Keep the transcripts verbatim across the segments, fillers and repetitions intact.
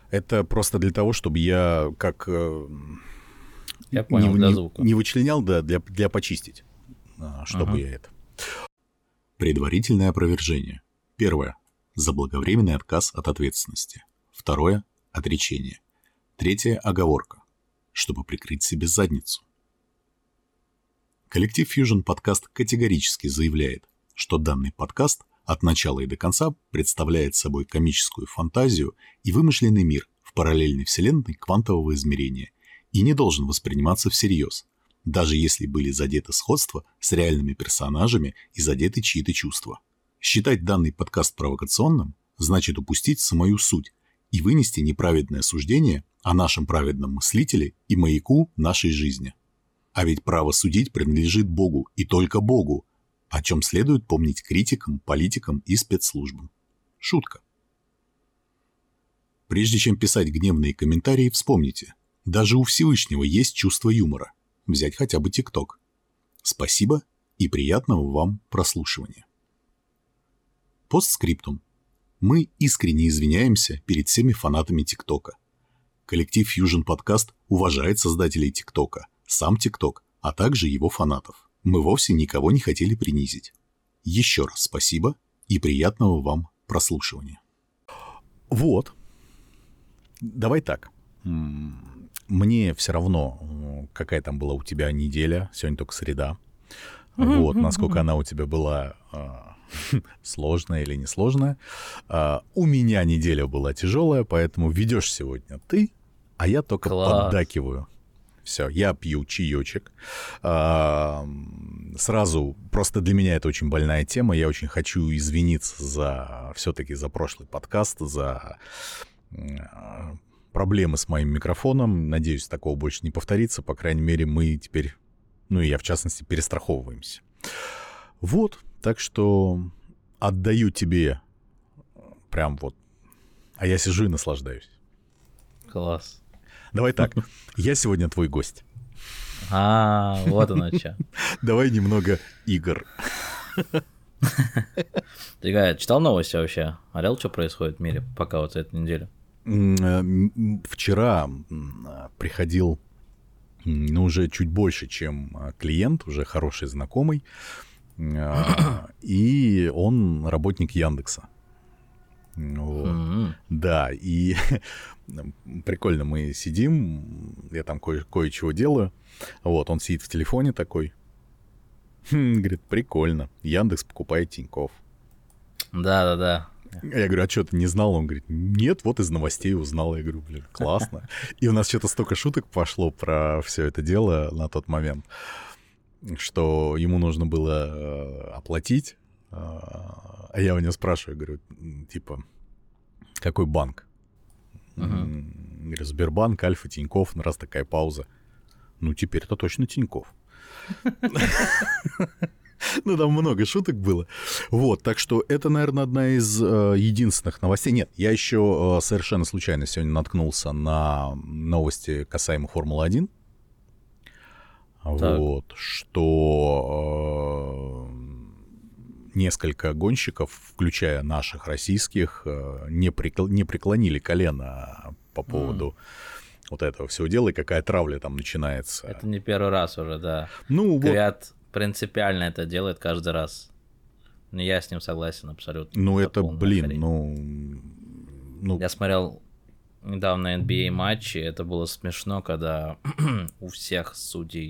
Это просто для того, чтобы я как... Я понял, не, для не, звука. Не вычленял, да, для, для почистить, чтобы uh-huh. я это... Предварительное опровержение. Первое. Заблаговременный отказ от ответственности. Второе. Отречение. Третье. Оговорка. Чтобы прикрыть себе задницу. Коллектив Fusion Podcast категорически заявляет, что данный подкаст от начала и до конца представляет собой комическую фантазию и вымышленный мир в параллельной вселенной квантового измерения и не должен восприниматься всерьез, даже если были задеты сходства с реальными персонажами и задеты чьи-то чувства. Считать данный подкаст провокационным значит упустить самую суть и вынести неправедное суждение о нашем праведном мыслителе и маяку нашей жизни. А ведь право судить принадлежит Богу и только Богу, о чем следует помнить критикам, политикам и спецслужбам. Шутка. Прежде чем писать гневные комментарии, вспомните, даже у Всевышнего есть чувство юмора. Взять хотя бы ТикТок. Спасибо и приятного вам прослушивания. Постскриптум. Мы искренне извиняемся перед всеми фанатами ТикТока. Коллектив Fusion Podcast уважает создателей ТикТока, сам ТикТок, а также его фанатов. Мы вовсе никого не хотели принизить. Еще раз спасибо и приятного вам прослушивания. Вот. Давай так. Мне все равно, какая там была у тебя неделя, сегодня только среда. Вот, насколько она у тебя была э, сложная или несложная. Э, у меня неделя была тяжелая, поэтому ведешь сегодня ты, а я только Класс. поддакиваю. Все, я пью чаечек. Э, сразу, просто для меня это очень больная тема. Я очень хочу извиниться за все-таки за прошлый подкаст, за э, проблемы с моим микрофоном. Надеюсь, такого больше не повторится. По крайней мере, мы теперь... Ну и я, в частности, перестраховываемся. Вот, так что отдаю тебе прям вот... А я сижу и наслаждаюсь. Класс. Давай так, я сегодня твой гость. А, вот оно что. Давай немного игр. Ты читал новости вообще? Орел, что происходит в мире пока вот за эту неделю? Вчера приходил... Ну, уже чуть больше, чем клиент, уже хороший знакомый, и он работник Яндекса. Вот. Mm-hmm. Да, и прикольно, мы сидим, я там ко- кое-чего делаю, вот, он сидит в телефоне такой, хм, говорит, прикольно, Яндекс покупает Тинькофф. Да-да-да. Я говорю, а что, ты не знал? Он говорит, нет, вот из новостей узнал. Я говорю, блин, классно. И у нас что-то столько шуток пошло про все это дело на тот момент, что ему нужно было оплатить. А я у него спрашиваю, говорю, типа, какой банк? Uh-huh. Говорю, Сбербанк, Альфа, Тинькофф. Ну, раз такая пауза. Ну, теперь это точно Тинькофф. Ну, там много шуток было. Вот, так что это, наверное, одна из э, единственных новостей. Нет, я еще э, совершенно случайно сегодня наткнулся на новости касаемо Формулы один. Так. Вот, что э, несколько гонщиков, включая наших российских, э, не, прикл- не преклонили колено по поводу... Mm. вот этого всего дела, и какая травля там начинается. Это не первый раз уже, да. Ну, Говорят, вот... принципиально это делает каждый раз. Но я с ним согласен абсолютно. Ну, это, блин, ну, ну... Я смотрел недавно эн би эй матчи, это было смешно, когда у всех судей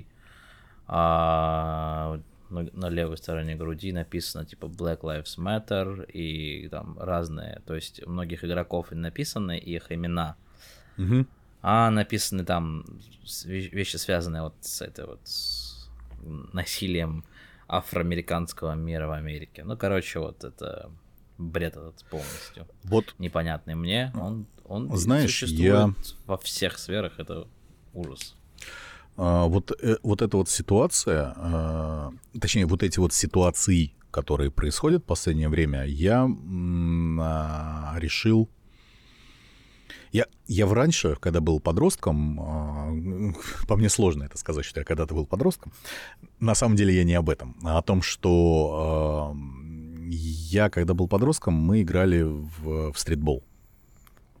а, на, на левой стороне груди написано, типа, Black Lives Matter, и там разные, то есть у многих игроков написаны их имена, угу. а написаны там вещи, связанные вот с этой вот... С насилием афроамериканского мира в Америке. Ну, короче, вот это бред этот полностью. Вот. Непонятный мне. Он, он знаешь, существует я... во всех сферах. Это ужас. А, вот, э, вот эта вот ситуация, э, точнее, вот эти вот ситуации, которые происходят в последнее время, я м, а, решил... Я, я в раньше, когда был подростком, по мне сложно это сказать, что я когда-то был подростком, на самом деле я не об этом, а о том, что я, когда был подростком, мы играли в, в стритбол.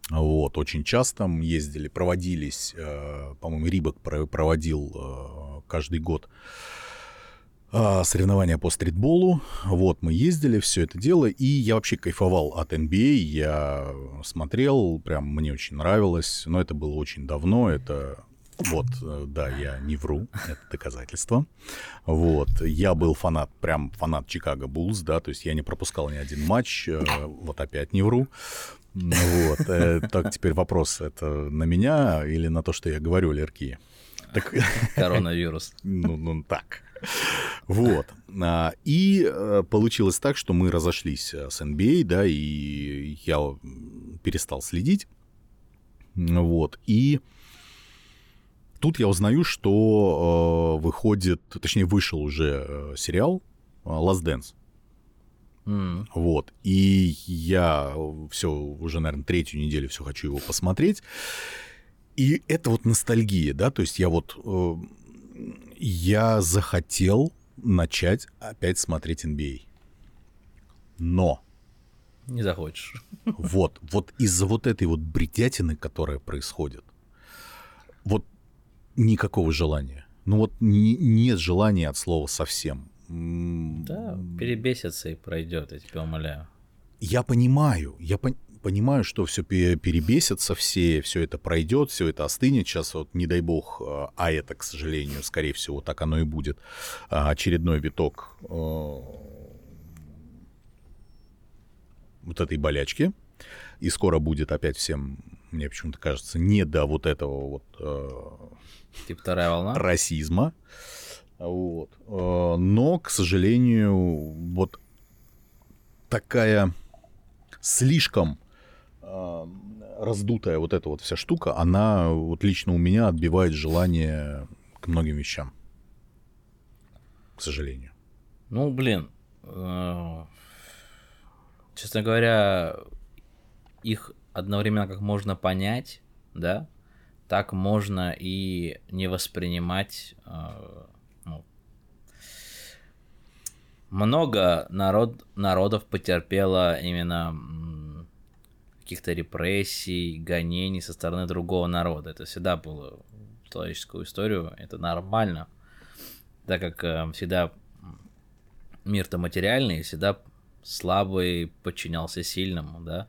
Вот, очень часто мы ездили, проводились, э, по-моему, Рибок проводил э, каждый год э, соревнования по стритболу. Вот, мы ездили, все это дело, и я вообще кайфовал от эн би эй, я смотрел, прям мне очень нравилось, но это было очень давно, это... Вот, да, я не вру, это доказательство. Вот, я был фанат, прям фанат Чикаго Буллс, да, то есть я не пропускал ни один матч, вот опять не вру. Вот, так теперь вопрос, это на меня или на то, что я говорю, аллергия? Так... Коронавирус. Ну, ну, так. Вот. И получилось так, что мы разошлись с эн би эй, да, и я перестал следить. Вот, и... Тут я узнаю, что э, выходит, точнее, вышел уже э, сериал Last Dance. Mm. Вот. И я все уже, наверное, третью неделю все хочу его посмотреть. И это вот ностальгия, да, то есть я вот э, я захотел начать опять смотреть эн би эй. Но не захочешь. Вот, вот из-за вот этой вот бредятины, которая происходит, вот никакого желания. Ну вот не, нет желания от слова совсем. Да, перебесится и пройдет, я тебя умоляю. Я понимаю, я по- понимаю, что все перебесится, все, все это пройдет, все это остынет. Сейчас вот, не дай бог, а это, к сожалению, скорее всего, так оно и будет. Очередной виток э, вот этой болячки. И скоро будет опять всем, мне почему-то кажется, не до вот этого вот... Э, Типа вторая волна? Расизма. Вот. Но, к сожалению, вот такая слишком раздутая вот эта вот вся штука, она вот лично у меня отбивает желание к многим вещам. К сожалению. Ну, блин. Честно говоря, их одновременно как можно понять, да? Так можно и не воспринимать. Э, ну, много народ, народов потерпело именно м, каких-то репрессий, гонений со стороны другого народа. Это всегда было в человеческую историю, это нормально. Так как э, всегда мир-то материальный, всегда слабый подчинялся сильному, да.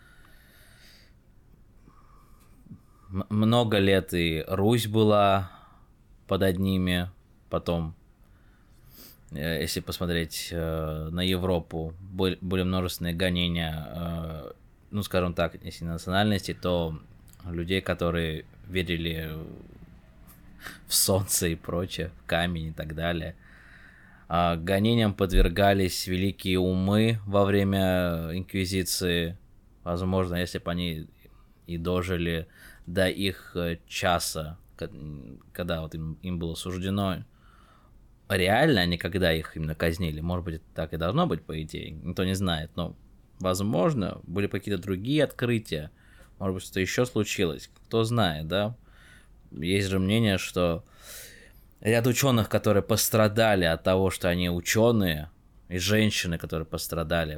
Много лет и Русь была под одними, потом, если посмотреть э, на Европу, были, были множественные гонения, э, ну, скажем так, если национальности, то людей, которые верили в солнце и прочее, в камень и так далее. А гонениям подвергались великие умы во время инквизиции, возможно, если бы они и дожили до их часа, когда вот им, им было суждено, реально они когда их именно казнили, может быть, так и должно быть, по идее, никто не знает, но, возможно, были какие-то другие открытия, может быть, что-то еще случилось, кто знает, да? Есть же мнение, что ряд ученых, которые пострадали от того, что они ученые, и женщины, которые пострадали,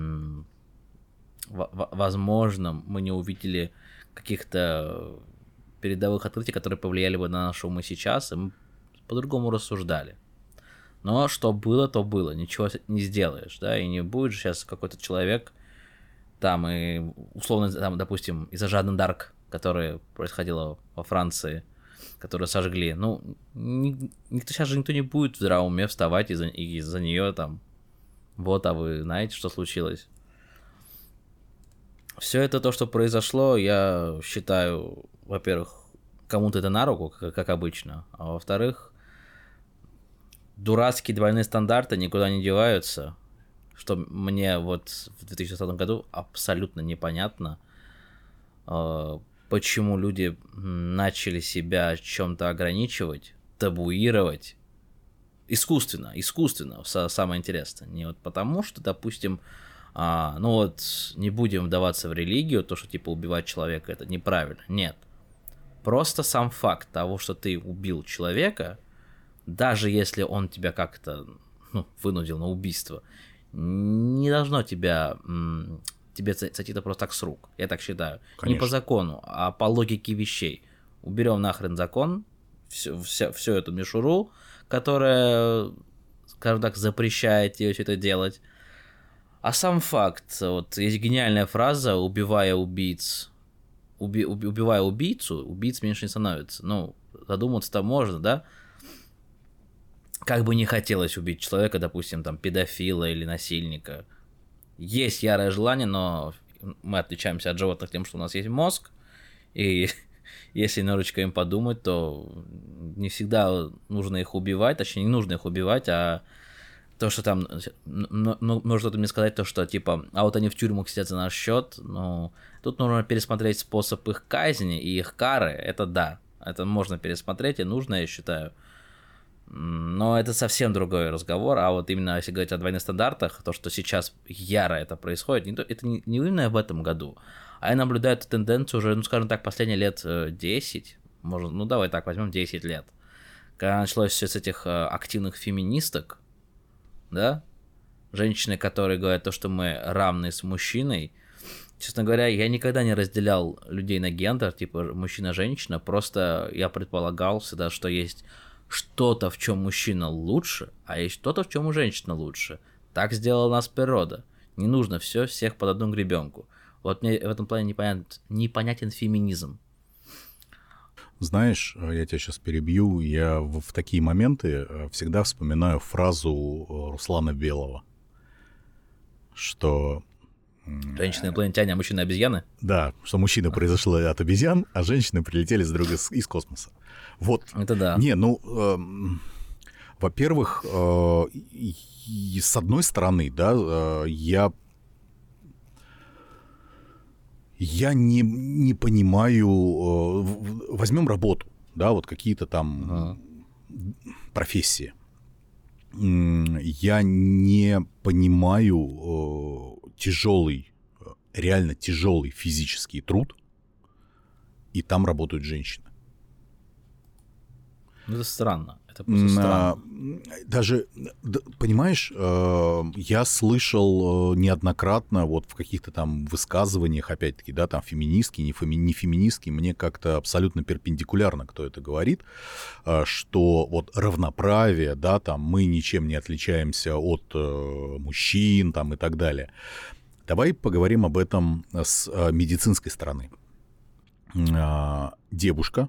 возможно, мы не увидели каких-то передовых открытий, которые повлияли бы на наши умы сейчас, и мы по-другому рассуждали. Но что было, то было, ничего не сделаешь, да, и не будет же сейчас какой-то человек там, и условно, там, допустим, из-за Жанны д'Арк, которая происходила во Франции, которую сожгли, ну, ни, никто, сейчас же никто не будет в здравом уме вставать из-за, из-за нее там, вот, а вы знаете, что случилось. Все это то, что произошло, я считаю, во-первых, кому-то это на руку, как, как обычно, а во-вторых, дурацкие двойные стандарты никуда не деваются, что мне вот в две тысячи двадцатом году абсолютно непонятно, почему люди начали себя чем-то ограничивать, табуировать, искусственно, искусственно, самое интересное, не вот потому, что, допустим, А, ну вот, не будем вдаваться в религию, то, что типа убивать человека это неправильно. Нет. Просто сам факт того, что ты убил человека, даже если он тебя как-то ну, вынудил на убийство, не должно тебя м- тебе сойти-то просто так с рук, я так считаю. Конечно. Не по закону, а по логике вещей. Уберем нахрен закон, всю, всю, всю эту мишуру, которая, скажем так, запрещает тебе все это делать. А сам факт, вот есть гениальная фраза «убивая убийц», уби, уби, убивая убийцу, убийц меньше не становится. Ну, задуматься-то можно, да? Как бы не хотелось убить человека, допустим, там, педофила или насильника. Есть ярое желание, но мы отличаемся от животных тем, что у нас есть мозг, и если немножечко им подумать, то не всегда нужно их убивать, точнее, не нужно их убивать, а то, что там, ну, может кто-то мне сказать, то, что, типа, а вот они в тюрьмах сидят за наш счет, ну, тут нужно пересмотреть способ их казни и их кары, это да, это можно пересмотреть и нужно, я считаю. Но это совсем другой разговор, а вот именно если говорить о двойных стандартах, то, что сейчас яро это происходит, не то, это не, не именно в этом году, а я наблюдаю эту тенденцию уже, ну, скажем так, последние лет десять, может, ну, давай так, возьмем десять лет, когда началось все с этих активных феминисток, да, женщины, которые говорят то, что мы равны с мужчиной. Честно говоря, я никогда не разделял людей на гендер, типа мужчина-женщина, просто я предполагал всегда, что есть что-то, в чем мужчина лучше, а есть что-то, в чем у женщины лучше. Так сделала нас природа. Не нужно все всех под одну гребенку. Вот мне в этом плане непонятен, непонятен феминизм. Знаешь, я тебя сейчас перебью, я в, в такие моменты всегда вспоминаю фразу Руслана Белого, что... Женщины-инопланетяне, а мужчины-обезьяны? Да, что мужчины произошли от обезьян, а женщины прилетели с друга из космоса. Вот. Это да. Не, ну, э, во-первых, э, и, с одной стороны, да, э, я... Я не, не понимаю, возьмем работу, да, вот какие-то там ага. профессии. Я не понимаю тяжелый, реально тяжелый физический труд, и там работают женщины. Это странно. Это просто странно. Даже, понимаешь, я слышал неоднократно вот в каких-то там высказываниях, опять-таки, да, там феминистские, не, феми, не феминистские, мне как-то абсолютно перпендикулярно, кто это говорит, что вот равноправие, да, там мы ничем не отличаемся от мужчин, там и так далее. Давай поговорим об этом с медицинской стороны. Девушка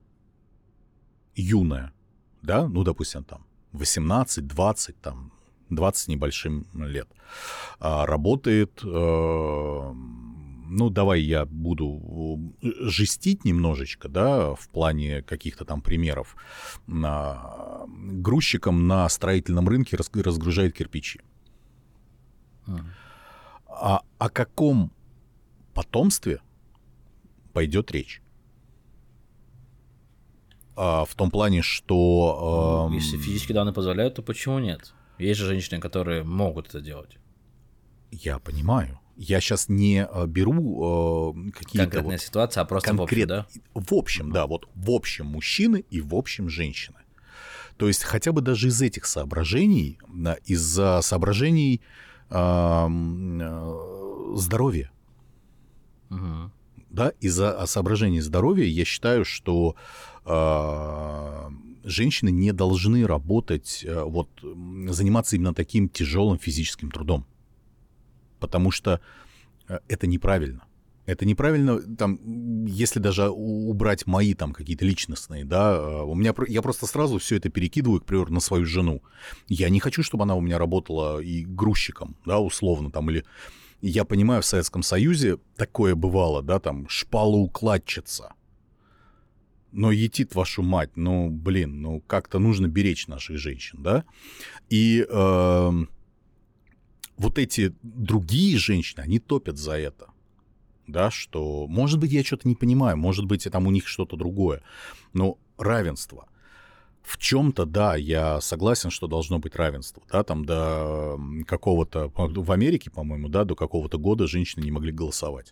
юная, да, ну, допустим, там, восемнадцать, двадцать, там, двадцать небольшим лет, а, работает, э, ну, давай я буду жестить немножечко, да, в плане каких-то там примеров, а, грузчиком на строительном рынке разгружает кирпичи. Mm. А о каком потомстве пойдет речь? В том плане, что... Ну, если физические данные позволяют, то почему нет? Есть же женщины, которые могут это делать. Я понимаю. Я сейчас не беру э, какие-то... Конкретная вот ситуация, а просто конкрет... в общем, да? В общем, да, вот в общем мужчины и в общем женщины. То есть хотя бы даже из этих соображений, из-за соображений э, э, здоровья, угу. да, из-за соображений здоровья я считаю, что женщины не должны работать, вот, заниматься именно таким тяжелым физическим трудом. Потому что это неправильно. Это неправильно, там, если даже убрать мои там какие-то личностные, да, у меня, я просто сразу все это перекидываю, к примеру, на свою жену. Я не хочу, чтобы она у меня работала и грузчиком, да, условно, там, или... Я понимаю, в Советском Союзе такое бывало, да, там, шпалоукладчица. Но етит вашу мать, ну, блин, ну, как-то нужно беречь наших женщин, да? И э, вот эти другие женщины, они топят за это, да, что, может быть, я что-то не понимаю, может быть, там у них что-то другое, но равенство. В чем-то, да, я согласен, что должно быть равенство, да, там до какого-то, в Америке, по-моему, да, до какого-то года женщины не могли голосовать.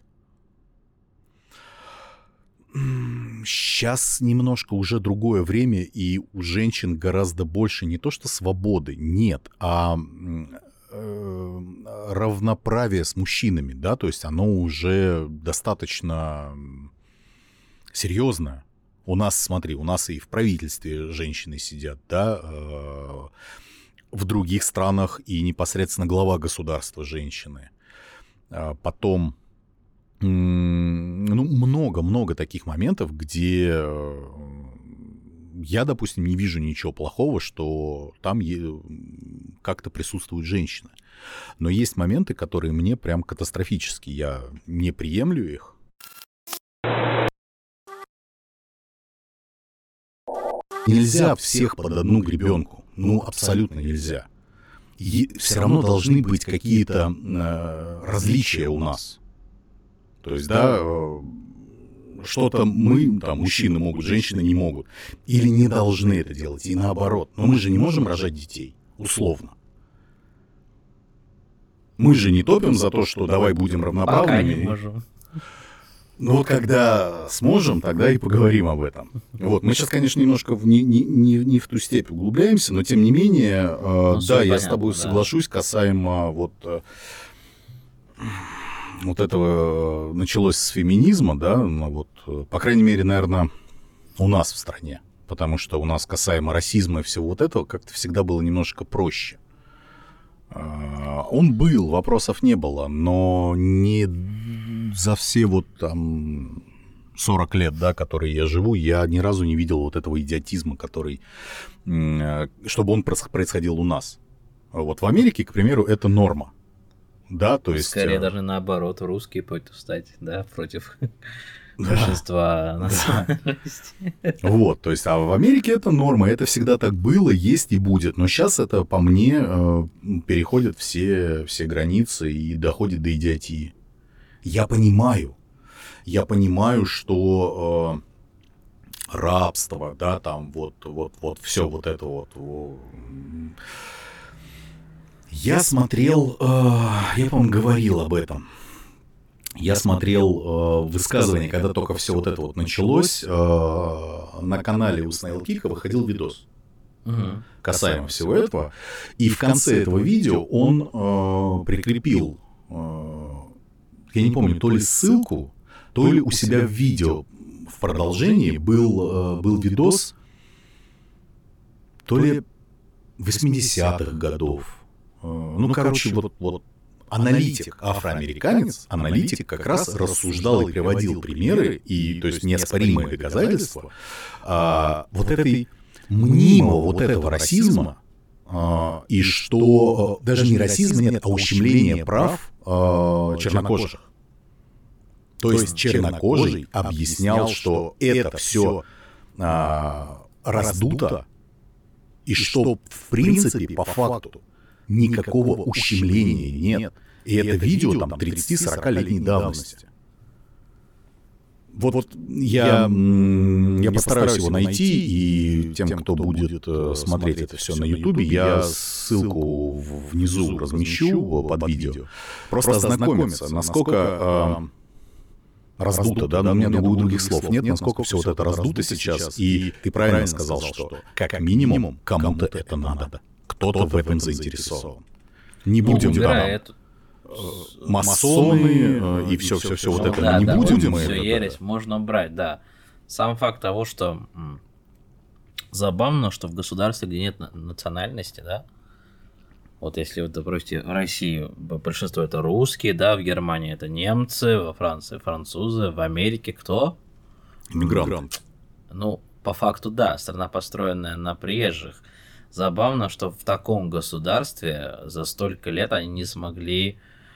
Сейчас немножко уже другое время, и у женщин гораздо больше не то что свободы, нет, а э, равноправие с мужчинами, да, то есть оно уже достаточно серьезное. У нас, смотри, у нас и в правительстве женщины сидят, да, э, в других странах и непосредственно глава государства женщины. А потом, ну, много-много таких моментов, где я, допустим, не вижу ничего плохого, что там как-то присутствует женщина. Но есть моменты, которые мне прям катастрофически, я не приемлю их. Нельзя всех под одну гребенку. Ну, абсолютно нельзя. И все равно должны быть какие-то э, различия у нас. То есть, да, э, что-то мы, там, мужчины могут, женщины не могут. Или не должны это делать, и наоборот. Но мы же не можем рожать детей, условно. Мы же не топим за то, что давай будем равноправными. Пока не можем. Ну вот когда сможем, тогда и поговорим об этом. Вот, мы сейчас, конечно, немножко в, не, не, не, не в ту степь углубляемся, но тем не менее, э, ну, да, я понятно, с тобой да. соглашусь касаемо вот, э, вот этого началось с феминизма, да, ну, вот, по крайней мере, наверное, у нас в стране, потому что у нас касаемо расизма и всего вот этого как-то всегда было немножко проще. Э, он был, вопросов не было, но не... За все вот там сорок лет, да, которые я живу, я ни разу не видел вот этого идиотизма, который, чтобы он происходил у нас. Вот в Америке, к примеру, это норма. Да, то есть... Скорее даже наоборот, русские против стать, да, против большинства национальностей. Вот, то есть, а в Америке это норма, это всегда так было, есть и будет. Но сейчас это, по мне, переходит все, все границы и доходит до идиотии. Я понимаю, я понимаю, что э, рабство, да, там вот, вот, вот все вот это вот. вот. Я смотрел, э, я, по-моему, говорил об этом. Я смотрел э, высказывание, когда только все вот это вот началось, э, на канале у Снейлкика выходил видос угу. касаемо всего этого. И в конце этого видео он э, прикрепил... Э, Я не помню, то ли ссылку, то ли у себя в видео в продолжении был, был видос, то ли восьмидесятых годов. Ну, короче, вот, вот аналитик, афроамериканец, аналитик как раз рассуждал и приводил примеры, и, то есть неоспоримые доказательства а, вот этой мнимого вот этого расизма, а, и что даже не расизма нет, а ущемление прав чернокожих. То есть чернокожий объяснял, что это все а, раздуто, и что в принципе, по факту, никакого ущемления нет. И это видео там тридцати-сорокалетней давности. Вот, вот я, я, я постараюсь его найти, и тем, кто будет смотреть это все на Ютубе, я ссылку внизу размещу под видео. Просто ознакомиться, насколько раздуто, да, у меня других слов нет, насколько все вот это раздуто сейчас. И ты правильно сказал, что как минимум кому-то это надо, кто-то в этом заинтересован. Не будем, да, масоны и все, все, все вот это да, не да, будем. Все мы ересь это, можно брать, да. Сам факт того, что м, забавно, что в государстве, где нет национальности, да, вот если вот, допустим, в России большинство это русские, да, в Германии это немцы, во Франции французы, в Америке кто? Иммигрант. Ну, по факту, да, страна, построенная на приезжих. Забавно, что в таком государстве за столько лет они не смогли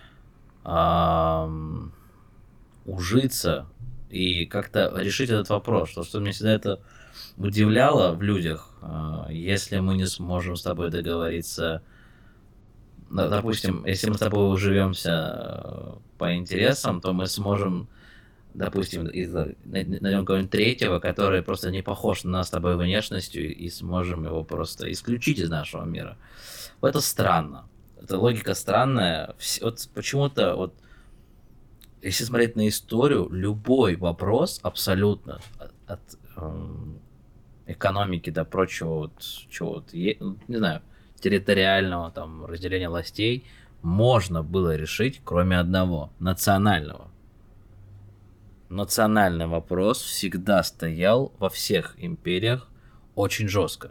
эм, ужиться и как-то решить этот вопрос. То, что меня всегда это удивляло в людях, э, если мы не сможем с тобой договориться, допустим, если мы с тобой уживемся по интересам, то мы сможем, допустим, найдем кого-нибудь третьего, который просто не похож на нас с тобой внешностью, и сможем его просто исключить из нашего мира. Вот это странно. Эта логика странная. Вот почему-то, вот, если смотреть на историю, любой вопрос абсолютно от, от эм, экономики до прочего, вот, чего вот, не знаю, территориального там разделения властей можно было решить, кроме одного – национального. Национальный вопрос всегда стоял во всех империях очень жестко.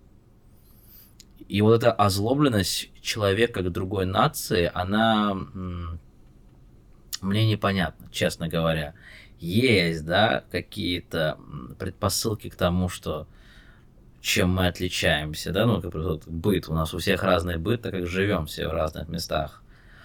И вот эта озлобленность человека к другой нации, она м- мне непонятна, честно говоря. Есть, да, какие-то предпосылки к тому, что чем мы отличаемся, да, ну, как вот быт, у нас у всех разный быт, так как живем все в разных местах.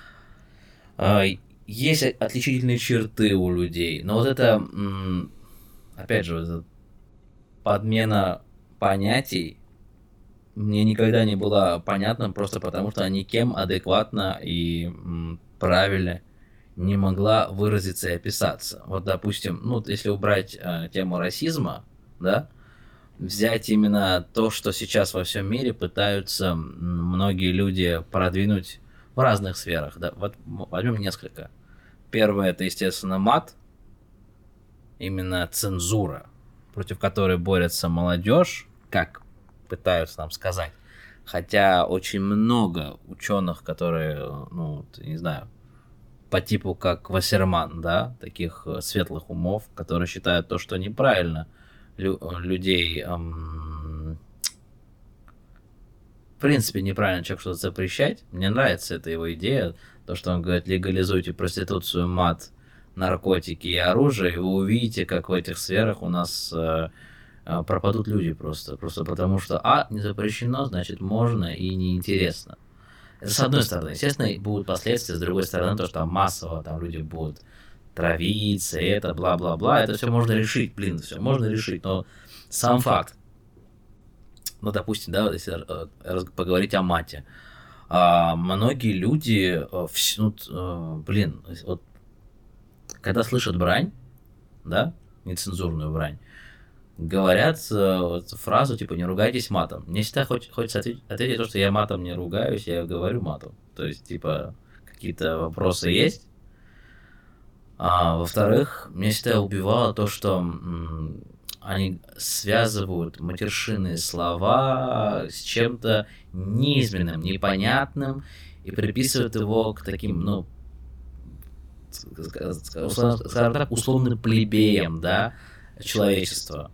Есть отличительные черты у людей, но вот это, опять же, вот эта подмена понятий мне никогда не была понятна, просто потому что никем адекватно и м, правильно не могла выразиться и описаться. Вот, допустим, ну, если убрать э, тему расизма, да, взять именно то, что сейчас во всем мире пытаются многие люди продвинуть в разных сферах, да, вот возьмем несколько. Первое, это, естественно, мат, именно цензура, против которой борется молодежь, как пытаются нам сказать. Хотя очень много ученых, которые, ну, не знаю, по типу как Вассерман, да, таких светлых умов, которые считают то, что неправильно лю- людей, эм, в принципе, неправильно человек что-то запрещать. Мне нравится эта его идея, то, что он говорит, легализуйте проституцию, мат, наркотики и оружие, и вы увидите, как в этих сферах у нас э, э, пропадут люди просто. Просто потому что, а, не запрещено, значит, можно и неинтересно. Это с одной стороны. Естественно, будут последствия, с другой стороны, то, что там массово там люди будут травиться, и это, бла-бла-бла. Это все можно решить, блин, все можно решить, но сам факт. Ну, допустим, да, если э, поговорить о мате. А, многие люди, э, вс- ну, э, блин, вот, когда слышат брань, да, нецензурную брань, говорят э, вот, фразу типа «не ругайтесь матом». Мне всегда хоч- хочется ответить, ответить то, что я матом не ругаюсь, я говорю матом. То есть, типа, какие-то вопросы есть. А, во-вторых, меня всегда убивало то, что м- они связывают матершинные слова с чем-то низменным, непонятным и приписывают его к таким, ну, скажем так, условным плебеям, да, человечества.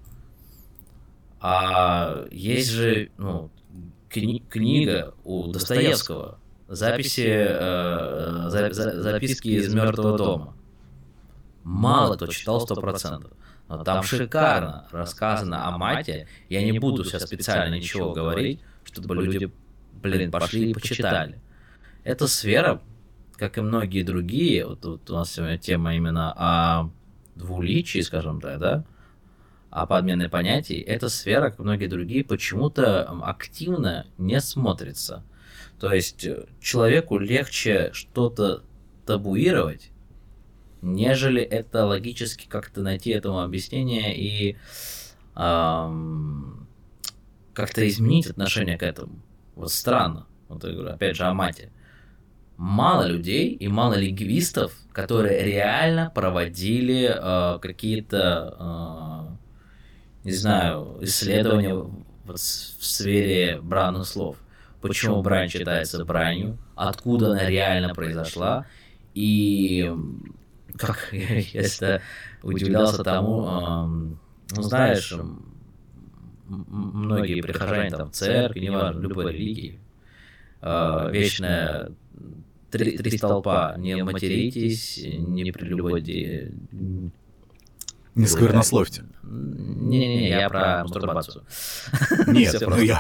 А есть же, ну, кни- книга у Достоевского, записи, э, за- за- записки из мертвого дома. Мало кто читал сто процентов. Но там шикарно рассказано о мате. Я не буду сейчас специально ничего говорить, чтобы люди, блин, пошли и почитали. Эта сфера, как и многие другие, вот, вот у нас сегодня тема именно о двуличии, скажем так, да, о подмене понятий, эта сфера, как и многие другие, почему-то активно не смотрится. То есть человеку легче что-то табуировать, нежели это логически как-то найти этому объяснение и эм, как-то изменить отношение к этому. Вот странно. Вот я говорю, опять же, о мате. Мало людей и мало лингвистов, которые реально проводили э, какие-то, э, не знаю, исследования вот в сфере бранных слов. Почему брань считается бранью, откуда она реально произошла, и как я всегда удивлялся тому, эм, ну, знаешь, м- многие прихожане там в церкви, неважно, любой религии, э, вечная три, три столпа, не материтесь, не прелюбодействуйте. Не сквернословьте. Не-не-не, я про мастурбацию. Нет, ну я...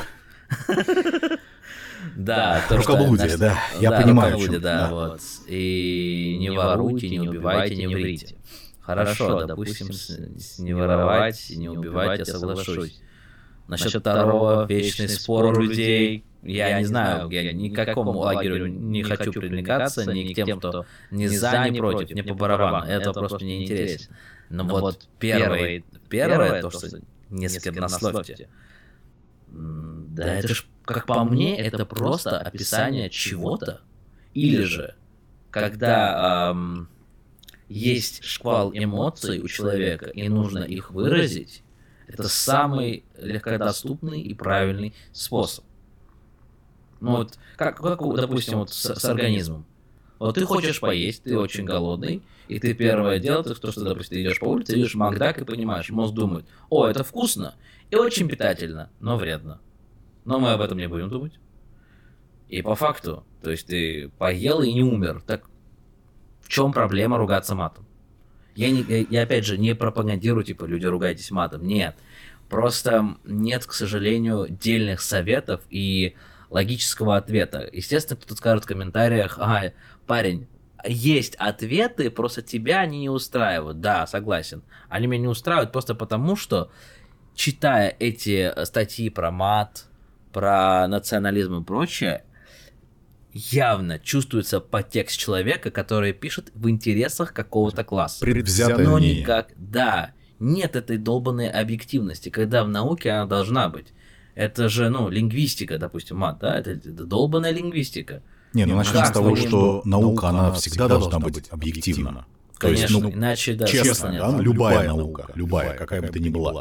Да, то, рукоблудие, что, да, я да, понимаю. Рукоблудие, да, да, вот. И не воруйте, не убивайте, не врите. Хорошо, допустим, с, не воровать, не убивать, я соглашусь. Насчет второго, вечный спор у людей, я не знаю, я ни к какому лагерю не хочу привлекаться, ни к тем, кто ни за, ни против, не по барабану, это просто мне интересно. Но вот первое, первое, то, что не сквернословьте, да это ж, как по мне, это просто описание чего-то. Или же, когда эм, есть шквал эмоций у человека, и нужно их выразить, это самый легкодоступный и правильный способ. Ну вот, как, как допустим, вот с, с организмом. Вот ты хочешь поесть, ты очень голодный, и ты первое дело, то, что, допустим, ты идешь по улице, видишь Макдак и понимаешь, мозг думает, о, это вкусно и очень питательно, но вредно. Но мы об этом не будем думать. И по факту, то есть ты поел и не умер, так в чем проблема ругаться матом? Я, не, я, я опять же не пропагандирую, типа, люди ругайтесь матом, нет. Просто нет, к сожалению, дельных советов и логического ответа. Естественно, кто-то скажет в комментариях, ага, парень, есть ответы, просто тебя они не устраивают. Да, согласен. Они меня не устраивают просто потому, что, читая эти статьи про мат, про национализм и прочее, явно чувствуется подтекст человека, который пишет в интересах какого-то класса. Предвзятое Но мнение. никак, да, нет этой долбанной объективности, когда в науке она должна быть. Это же, ну, лингвистика, допустим, мат, да, это, это долбанная лингвистика. Не, ну начнем как с того, мы что им- наука, она всегда должна быть объективна. То есть, Конечно, ну, иначе, да, честно, смысла нет. да, любая наука, любая, какая бы то ни была.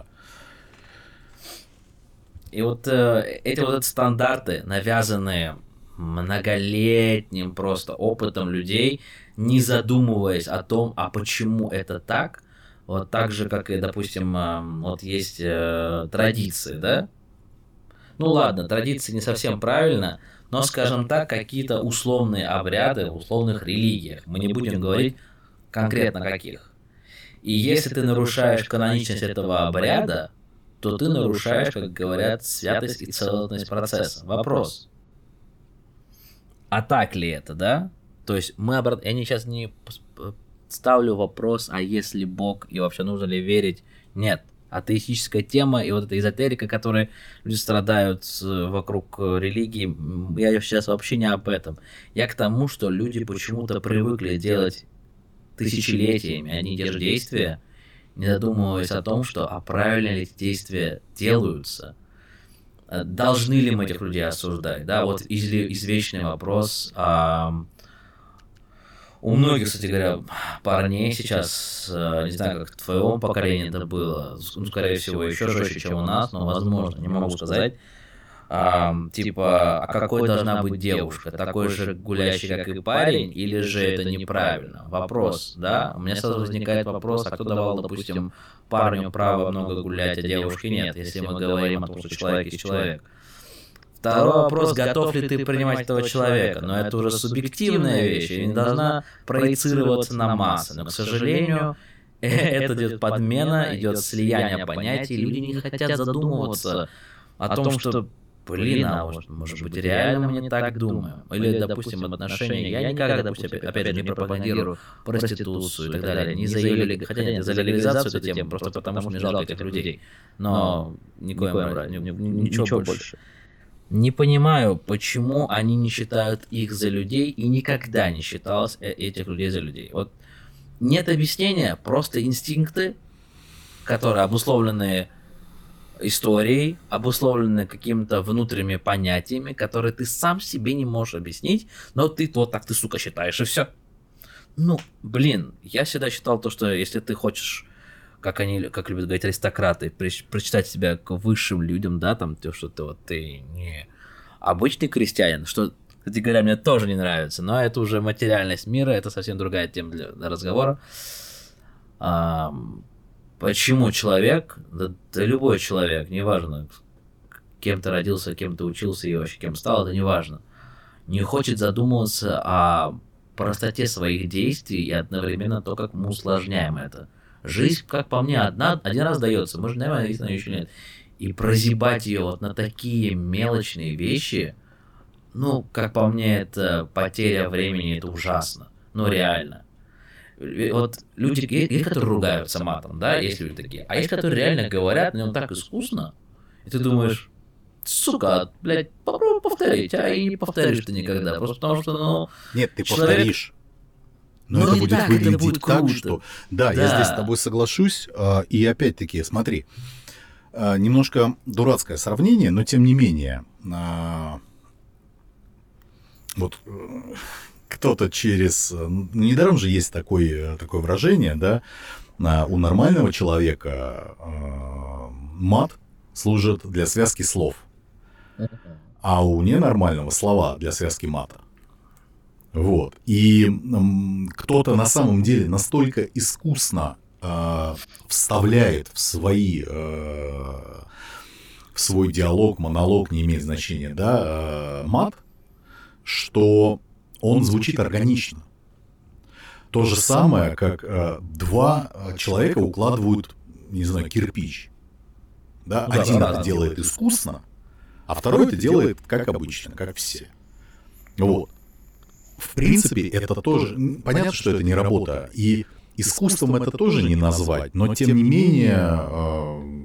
И вот э, эти вот стандарты, навязанные многолетним просто опытом людей, не задумываясь о том, а почему это так, вот так же, как и, допустим, э, вот есть э, традиции, да? Ну ладно, традиции не совсем правильно, но, скажем так, какие-то условные обряды в условных религиях. Мы не будем говорить конкретно каких. И если ты нарушаешь каноничность этого обряда, то ты нарушаешь, как говорят, святость и целостность процесса. Вопрос. А так ли это, да? То есть мы обрат... Я не, сейчас не ставлю вопрос, а если Бог и вообще нужно ли верить? Нет. Атеистическая тема и вот эта эзотерика, которой люди страдают вокруг религии, я сейчас вообще не об этом. Я к тому, что люди почему-то привыкли делать тысячелетиями одни и те же действия, не задумываясь о том, что а правильно ли эти действия делаются, должны ли мы этих людей осуждать, да, вот извечный вопрос. А, у многих, кстати говоря, парней сейчас, не знаю, как в твоем поколении это было, ну, скорее всего, еще жестче, чем у нас, но, возможно, не могу сказать, а, типа, а какой должна быть девушка, такой же гулящий, как и парень, или же это неправильно? Вопрос, да? У меня сразу возникает вопрос, а кто давал, допустим, парню право много гулять, а девушке нет, если мы говорим о том, что человек есть человек. Второй вопрос, готов ли ты принимать этого человека, но это уже субъективная вещь, и не должна проецироваться на массы, но, к сожалению, это идет подмена, идет слияние понятий, люди не хотят задумываться о том, что блин, а может, может быть, реально мы не так думаем. Или, допустим, отношения. Я никогда, допустим, опять же, не пропагандирую проституцию и так далее. Не за ее, хотя нет, за легализацию этой темы, просто потому что не жалко этих людей. Но никоим разе, ничего больше. Не понимаю, почему они не считают их за людей и никогда не считалось этих людей за людей. Вот нет объяснения, просто инстинкты, которые обусловлены историей, обусловлены какими-то внутренними понятиями, которые ты сам себе не можешь объяснить, но ты вот так ты, сука, считаешь, и все. Ну, блин, я всегда считал то, что если ты хочешь, как они, как любят говорить аристократы, причитать себя к высшим людям, да, там, то, что ты вот ты не обычный крестьянин, что, кстати говоря, мне тоже не нравится, но это уже материальность мира, это совсем другая тема для, для разговора. А, почему человек, да, да любой человек, неважно, кем ты родился, кем ты учился и вообще кем стал, это неважно, не хочет задумываться о простоте своих действий и одновременно то, как мы усложняем это. Жизнь, как по мне, одна, один раз дается, мы же, наверное, не еще нет. И прозябать ее вот на такие мелочные вещи, ну, как по мне, это потеря времени, это ужасно. Ну, реально. Вот люди, есть, которые ругаются матом, да, есть люди такие, а есть, которые реально говорят на нем так искусно, и ты думаешь, сука, блядь, попробуй повторить, а и не повторишь ты никогда, просто потому что, ну... Нет, ты человек... повторишь. Но, Но это будет так, выглядеть это будет так, круто. Что... Да, да, я здесь с тобой соглашусь. И опять-таки, смотри, немножко дурацкое сравнение, но тем не менее, вот кто-то через... Недаром же есть такое, такое выражение, да, у нормального человека мат служит для связки слов. а у ненормального слова для связки мата. Вот. И м, кто-то на самом деле настолько искусно э, вставляет в свои, э, в свой диалог, монолог, не имеет значения, да, э, мат, что он звучит органично. То же самое, как э, два человека укладывают, не знаю, кирпич. Да? Ну, Один да, это да, делает искусно, а второй это делает как обычно, как все. Вот. В принципе, это тоже... Понятно, что это не работа. И искусством это тоже не назвать, но тем не менее... Э,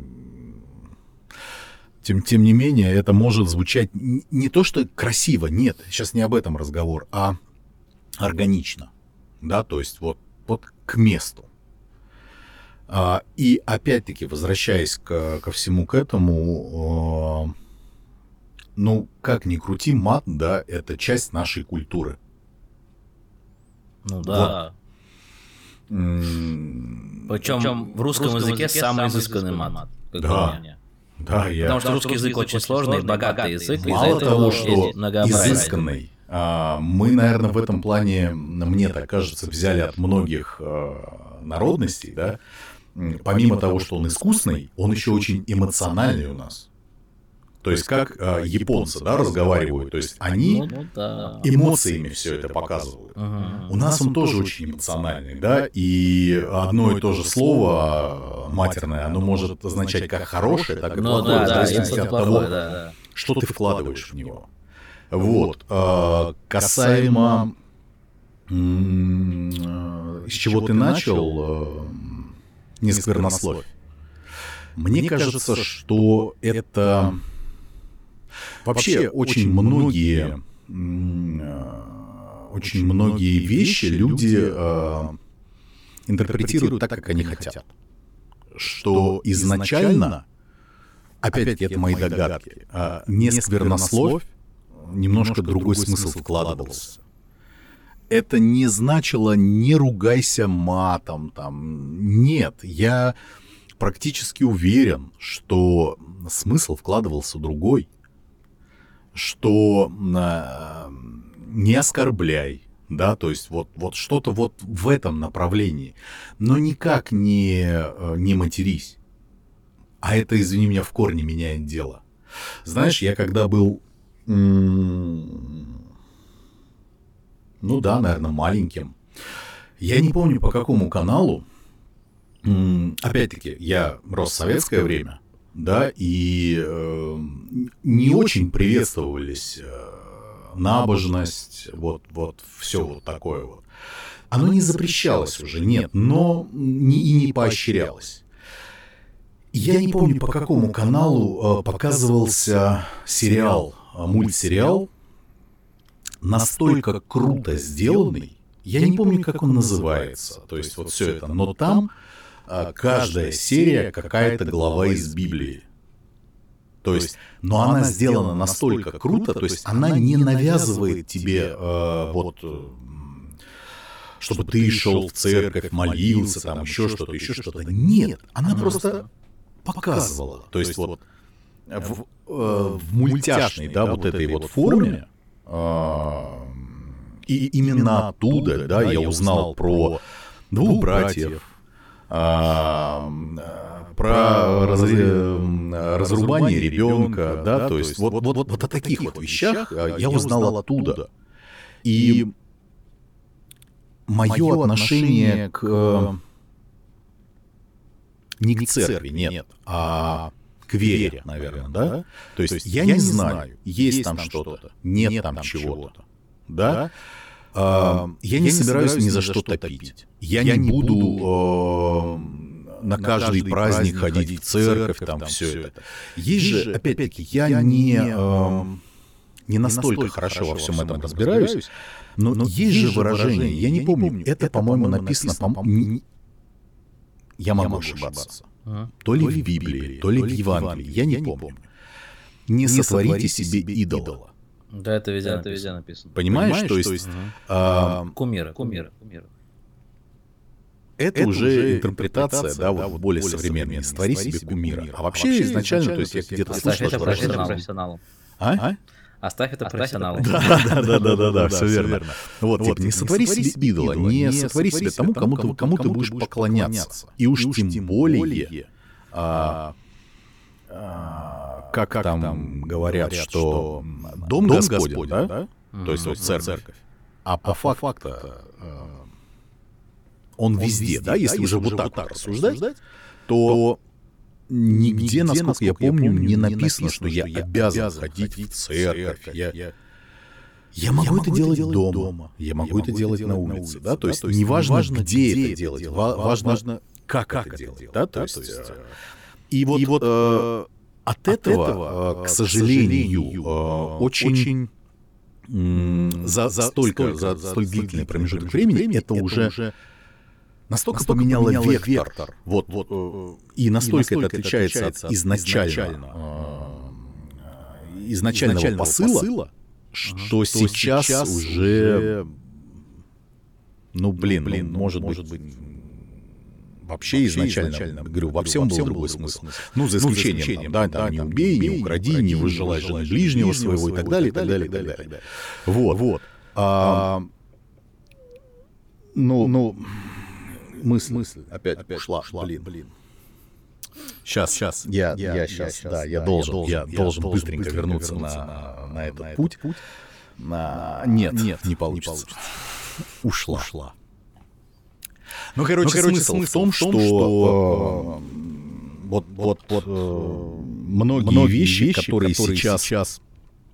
тем, тем не менее, это может звучать не то, что красиво, нет, сейчас не об этом разговор, а органично. Да, то есть вот, вот к месту. А, и опять-таки, возвращаясь к, ко всему к этому, э, ну, как ни крути, мат, да, это часть нашей культуры. Ну да. Вот. М- Причем, Причем в русском, русском языке, языке самый изысканный мат. мат да. Да, я... Потому что русский язык очень сложный, сложный богатый язык. Мало того, что изысканный, а, мы, наверное, в этом плане, мне так кажется, взяли от многих а, народностей, да. Помимо того, что он искусный, он еще очень эмоциональный у нас. То есть как э, японцы, да, разговаривают, то есть они ну, да. эмоциями все это показывают. Uh-huh. У нас он тоже очень эмоциональный, да, и одно и то же слово матерное, оно может означать как хорошее, так и ну, плохое, да, в зависимости да, от плохое, того, да, да. что ты вкладываешь в него. Вот. Э, касаемо, м- с чего ты начал, э, не сквернословь. Мне кажется, что это... Вообще очень многие, очень многие вещи люди э, интерпретируют так, как они хотят. Что изначально, опять-таки это мои догадки, э, не сквернословь, немножко другой смысл вкладывался. Это не значило «не ругайся матом». Там. Нет, я практически уверен, что смысл вкладывался другой. Что э, не оскорбляй, да, то есть вот, вот что-то вот в этом направлении, но никак не, не матерись. А это, извини меня, в корне меняет дело. Знаешь, я когда был, м- ну да, наверное, маленьким, я не помню по какому каналу, м- опять-таки, я рос в советское время, да, и э, не очень приветствовались э, набожность, вот, вот все вот такое вот. Оно не запрещалось уже, нет, но не, и не поощрялось. Я не помню, по какому каналу э, показывался сериал, мультсериал, настолько круто сделанный, я не помню, как он называется, то есть вот все это, но там каждая серия какая-то глава из Библии. То есть, но она сделана настолько круто, то есть она не навязывает тебе э, вот, э, чтобы ты шел в церковь, молился, там еще что-то, еще что-то. Нет, она просто показывала. То есть вот в, э, в мультяшной, да, вот этой вот форме, э, и именно оттуда, да, я узнал про двух братьев, А, про разри... разрубание ребенка, да, то есть вот, вот, вот о таких вот вещах я узнал оттуда. И мое отношение к... не к церкви, нет, а к вере, наверное, да? То есть я не знаю, есть там что-то, нет там чего-то, да? Uh, я, я не собираюсь ни за что топить. Я, я не буду uh, на, на каждый праздник ходить в церковь, там, там все это. это. Есть же, опять-таки, я, я не, uh, не настолько хорошо во всем этом разбираюсь, но, но есть же выражение, я не помню, это, по-моему, написано, по не... я могу ошибаться, а? то ли в Библии, то ли в Евангелии, я не помню. Не сотворите себе идола. Да, это везде, это везде написано. Понимаешь, Понимаешь, то есть... То есть угу. а, кумиры, кумиры, кумиры. Это, это уже интерпретация, интерпретация да, да, вот более современная. Не створи себе кумира. А вообще, а вообще изначально, то есть я где-то слышал, это профессионалам. А? Оставь это профессионалу. Да-да-да, все верно. Вот, типа, не сотвори себе идола, не сотвори себе тому, кому ты будешь поклоняться. И уж тем более, как там говорят, что дом Господень, да? То есть вот церковь. А по факту он везде, да? Если уже вот так рассуждать, то нигде, насколько я помню, не написано, что я обязан ходить в церковь. Я, я могу это делать дома, я могу это делать на улице, да? То есть неважно, где это делать, важно, как это делать, да? То есть и вот от этого, к сожалению, очень за столько, за столь длительный промежуток времени это уже настолько, настолько поменяло, поменяло вектор, вектор. Вот, вот, и настолько, и настолько это отличается от изначально, изначально, изначального посыла, посыла что, что сейчас, сейчас уже, ну блин, блин ну, может, может быть, вообще, вообще изначально, изначально, говорю, во всем был другой смысл. смысл. Ну, за исключением, ну, за исключением там, да, там, не убей, не укради, не выжелай жены ближнего своего и так далее, и так далее, и так далее. И так далее. Вот, вот. А, ну, ну, мысль, мысль опять, опять ушла, шла, блин, блин. Сейчас, сейчас, я, я, я сейчас, сейчас, да, я должен, я должен, я должен быстренько, быстренько вернуться, вернуться на, на, на этот на путь. путь. На... Нет, нет, не получится. Не получится. Ушла. Ушла. Ну, короче, ну, короче смысл, смысл в том, что, что э, вот, вот, вот э, многие, многие вещи, вещи, которые, которые сейчас, сейчас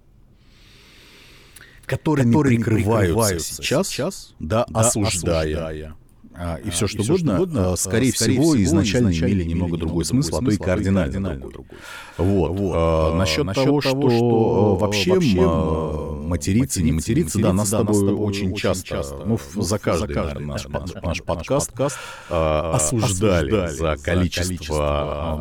которыми, которыми прикрываются, прикрываются сейчас, сейчас да, да, осуждая, осуждая а, и, а, все, что, и все угодно, что угодно, скорее, скорее всего, всего изначально, изначально имели немного другой смысл, а то и кардинально, кардинально другой. другой. Вот. Вот. А, насчет, насчет того, что, что вообще, вообще материться, не материться, да, нас с тобой, тобой очень часто, часто ну, ну, за каждый, за каждый наш, наш, наш, наш подкаст, подкаст а, осуждали, осуждали за количество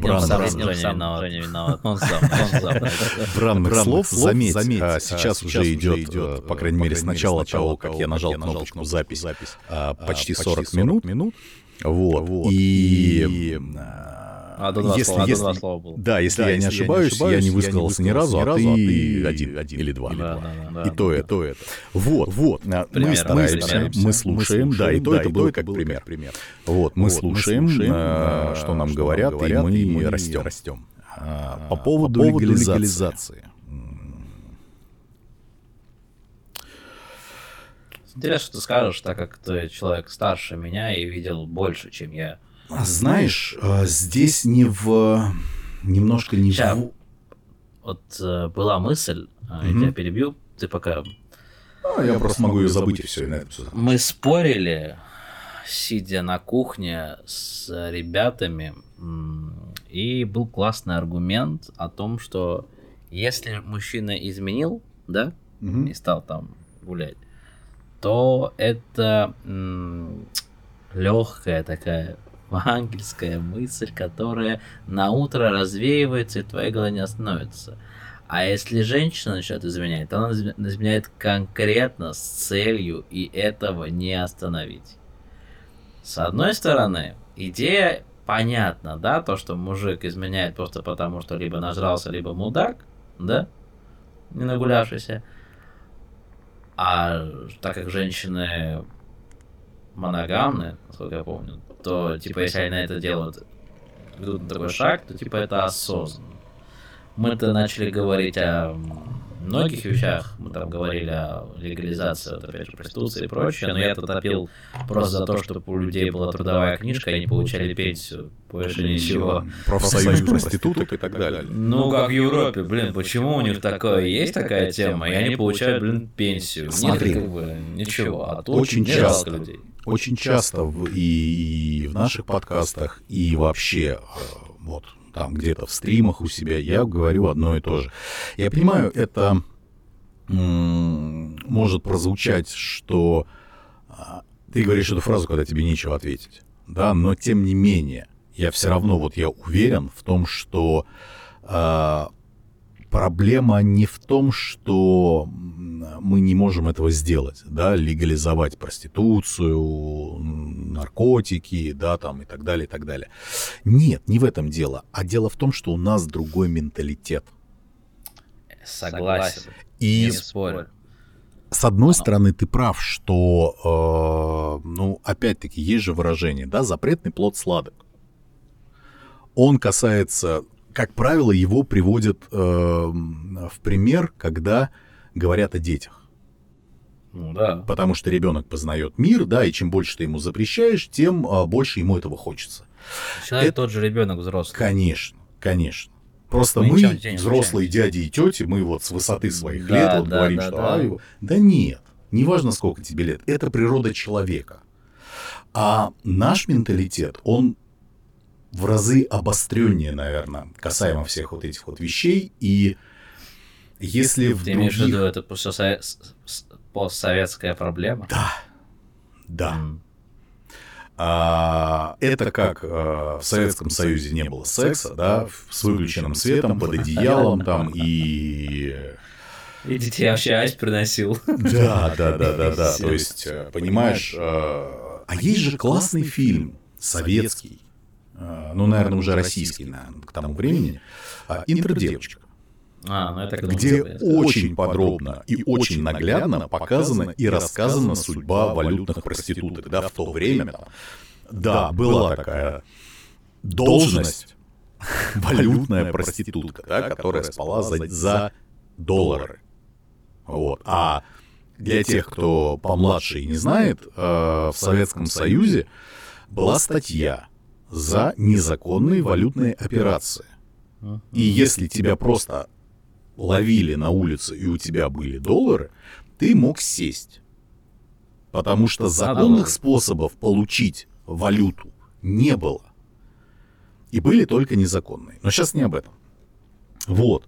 бранных слов. Заметь, сейчас уже идет, по крайней мере, с начала того, как я нажал кнопочку «Запись», почти сорок минут. Вот. Вот. И... А, до два если, слова, если, до два слова было. Да, если да, я не если ошибаюсь, я не, ошибаюсь, я не высказался я не ни разу, а ты, а ты один, один или два. Да, да, да, и да, то да. это, то это. Вот, вот. Пример, мы стараемся, мы, мы слушаем, мы да, и то да, это было как пример. как пример. Вот, мы вот, слушаем, мы слушаем а, что нам что говорят, нам говорят, и мы, и мы растем. растем. А, по поводу, по поводу легализации. легализации. Интересно, что ты скажешь, так как ты человек старше меня и видел больше, чем я. Знаешь, здесь не в... Немножко не Сейчас, в... Вот была мысль, mm-hmm. я тебя перебью, ты пока... А, я просто могу ее забыть и все. И на это все. Мы спорили, сидя на кухне с ребятами, и был классный аргумент о том, что если мужчина изменил, да, mm-hmm. и стал там гулять, то это м- легкая такая ангельская мысль, которая на утро развеивается и в твоей голове не остановится. А если женщина начнет изменять, то она изменяет конкретно с целью и этого не остановить. С одной стороны, идея понятна, да, то, что мужик изменяет просто потому, что либо нажрался, либо мудак, да, не нагулявшийся. А так как женщины моногамны, насколько я помню, то, типа, если они на это делают, ведут на такой шаг, то, типа, это осознанно. Мы-то начали говорить о многих вещах, мы там говорили о легализации, вот, опять же, проституции и прочее, но я-то топил просто за то, чтобы у людей была трудовая книжка, и они получали пенсию, по решению чего. Профсоюз проституток и так далее. Ну, как в Европе, блин, почему у них такое, есть такая тема, и они получают, блин, пенсию. Смотри, нет, как бы, ничего, а тут очень часто людей. Очень часто в, и, и в наших подкастах, и вообще вот там где-то в стримах у себя я говорю одно и то же. Я понимаю, это м- может прозвучать, что а, ты говоришь эту фразу, когда тебе нечего ответить, да, но тем не менее я все равно вот я уверен в том, что а, проблема не в том, что мы не можем этого сделать, да, легализовать проституцию, наркотики, да, там и так далее, и так далее. Нет, не в этом дело, а дело в том, что у нас другой менталитет. Согласен. И не спорю. С одной стороны, ты прав, что, э, ну, опять-таки, есть же выражение, да, запретный плод сладок. Он касается, как правило, его приводят э, в пример, когда говорят о детях. Ну да. Потому что ребенок познает мир, да, и чем больше ты ему запрещаешь, тем э, больше ему этого хочется. Человек Это... тот же ребенок взрослый. Конечно, конечно. Просто мы, мы взрослые дяди и тети, мы вот с высоты своих да, лет вот да, говорим, да, что да. А, да нет, неважно сколько тебе лет, это природа человека. А наш менталитет, он в разы обостреннее, наверное, касаемо всех вот этих вот вещей. И если в Ты других... имеешь в виду, это постсоветская проблема? Да, да. Mm. А, это как а, в Советском Союзе не было секса, да, с выключенным светом, под одеялом там и... И детей вообще Ась приносил. Да, да, да, да, да. То есть, понимаешь, а, а есть же классный фильм, советский, а, ну, наверное, уже российский, наверное, к тому времени, «Интердевочка». А, ну это где очень подробно и очень наглядно показана и рассказана судьба валютных проституток. Да, в то время, там, да, была такая должность валютная проститутка, да, которая спала за, за доллары. Вот. А для тех, кто помладше и не знает, в Советском Союзе была статья за незаконные валютные операции. И если тебя просто ловили на улице, и у тебя были доллары, ты мог сесть. Потому что законных способов получить валюту не было. И были только незаконные. Но сейчас не об этом. Вот.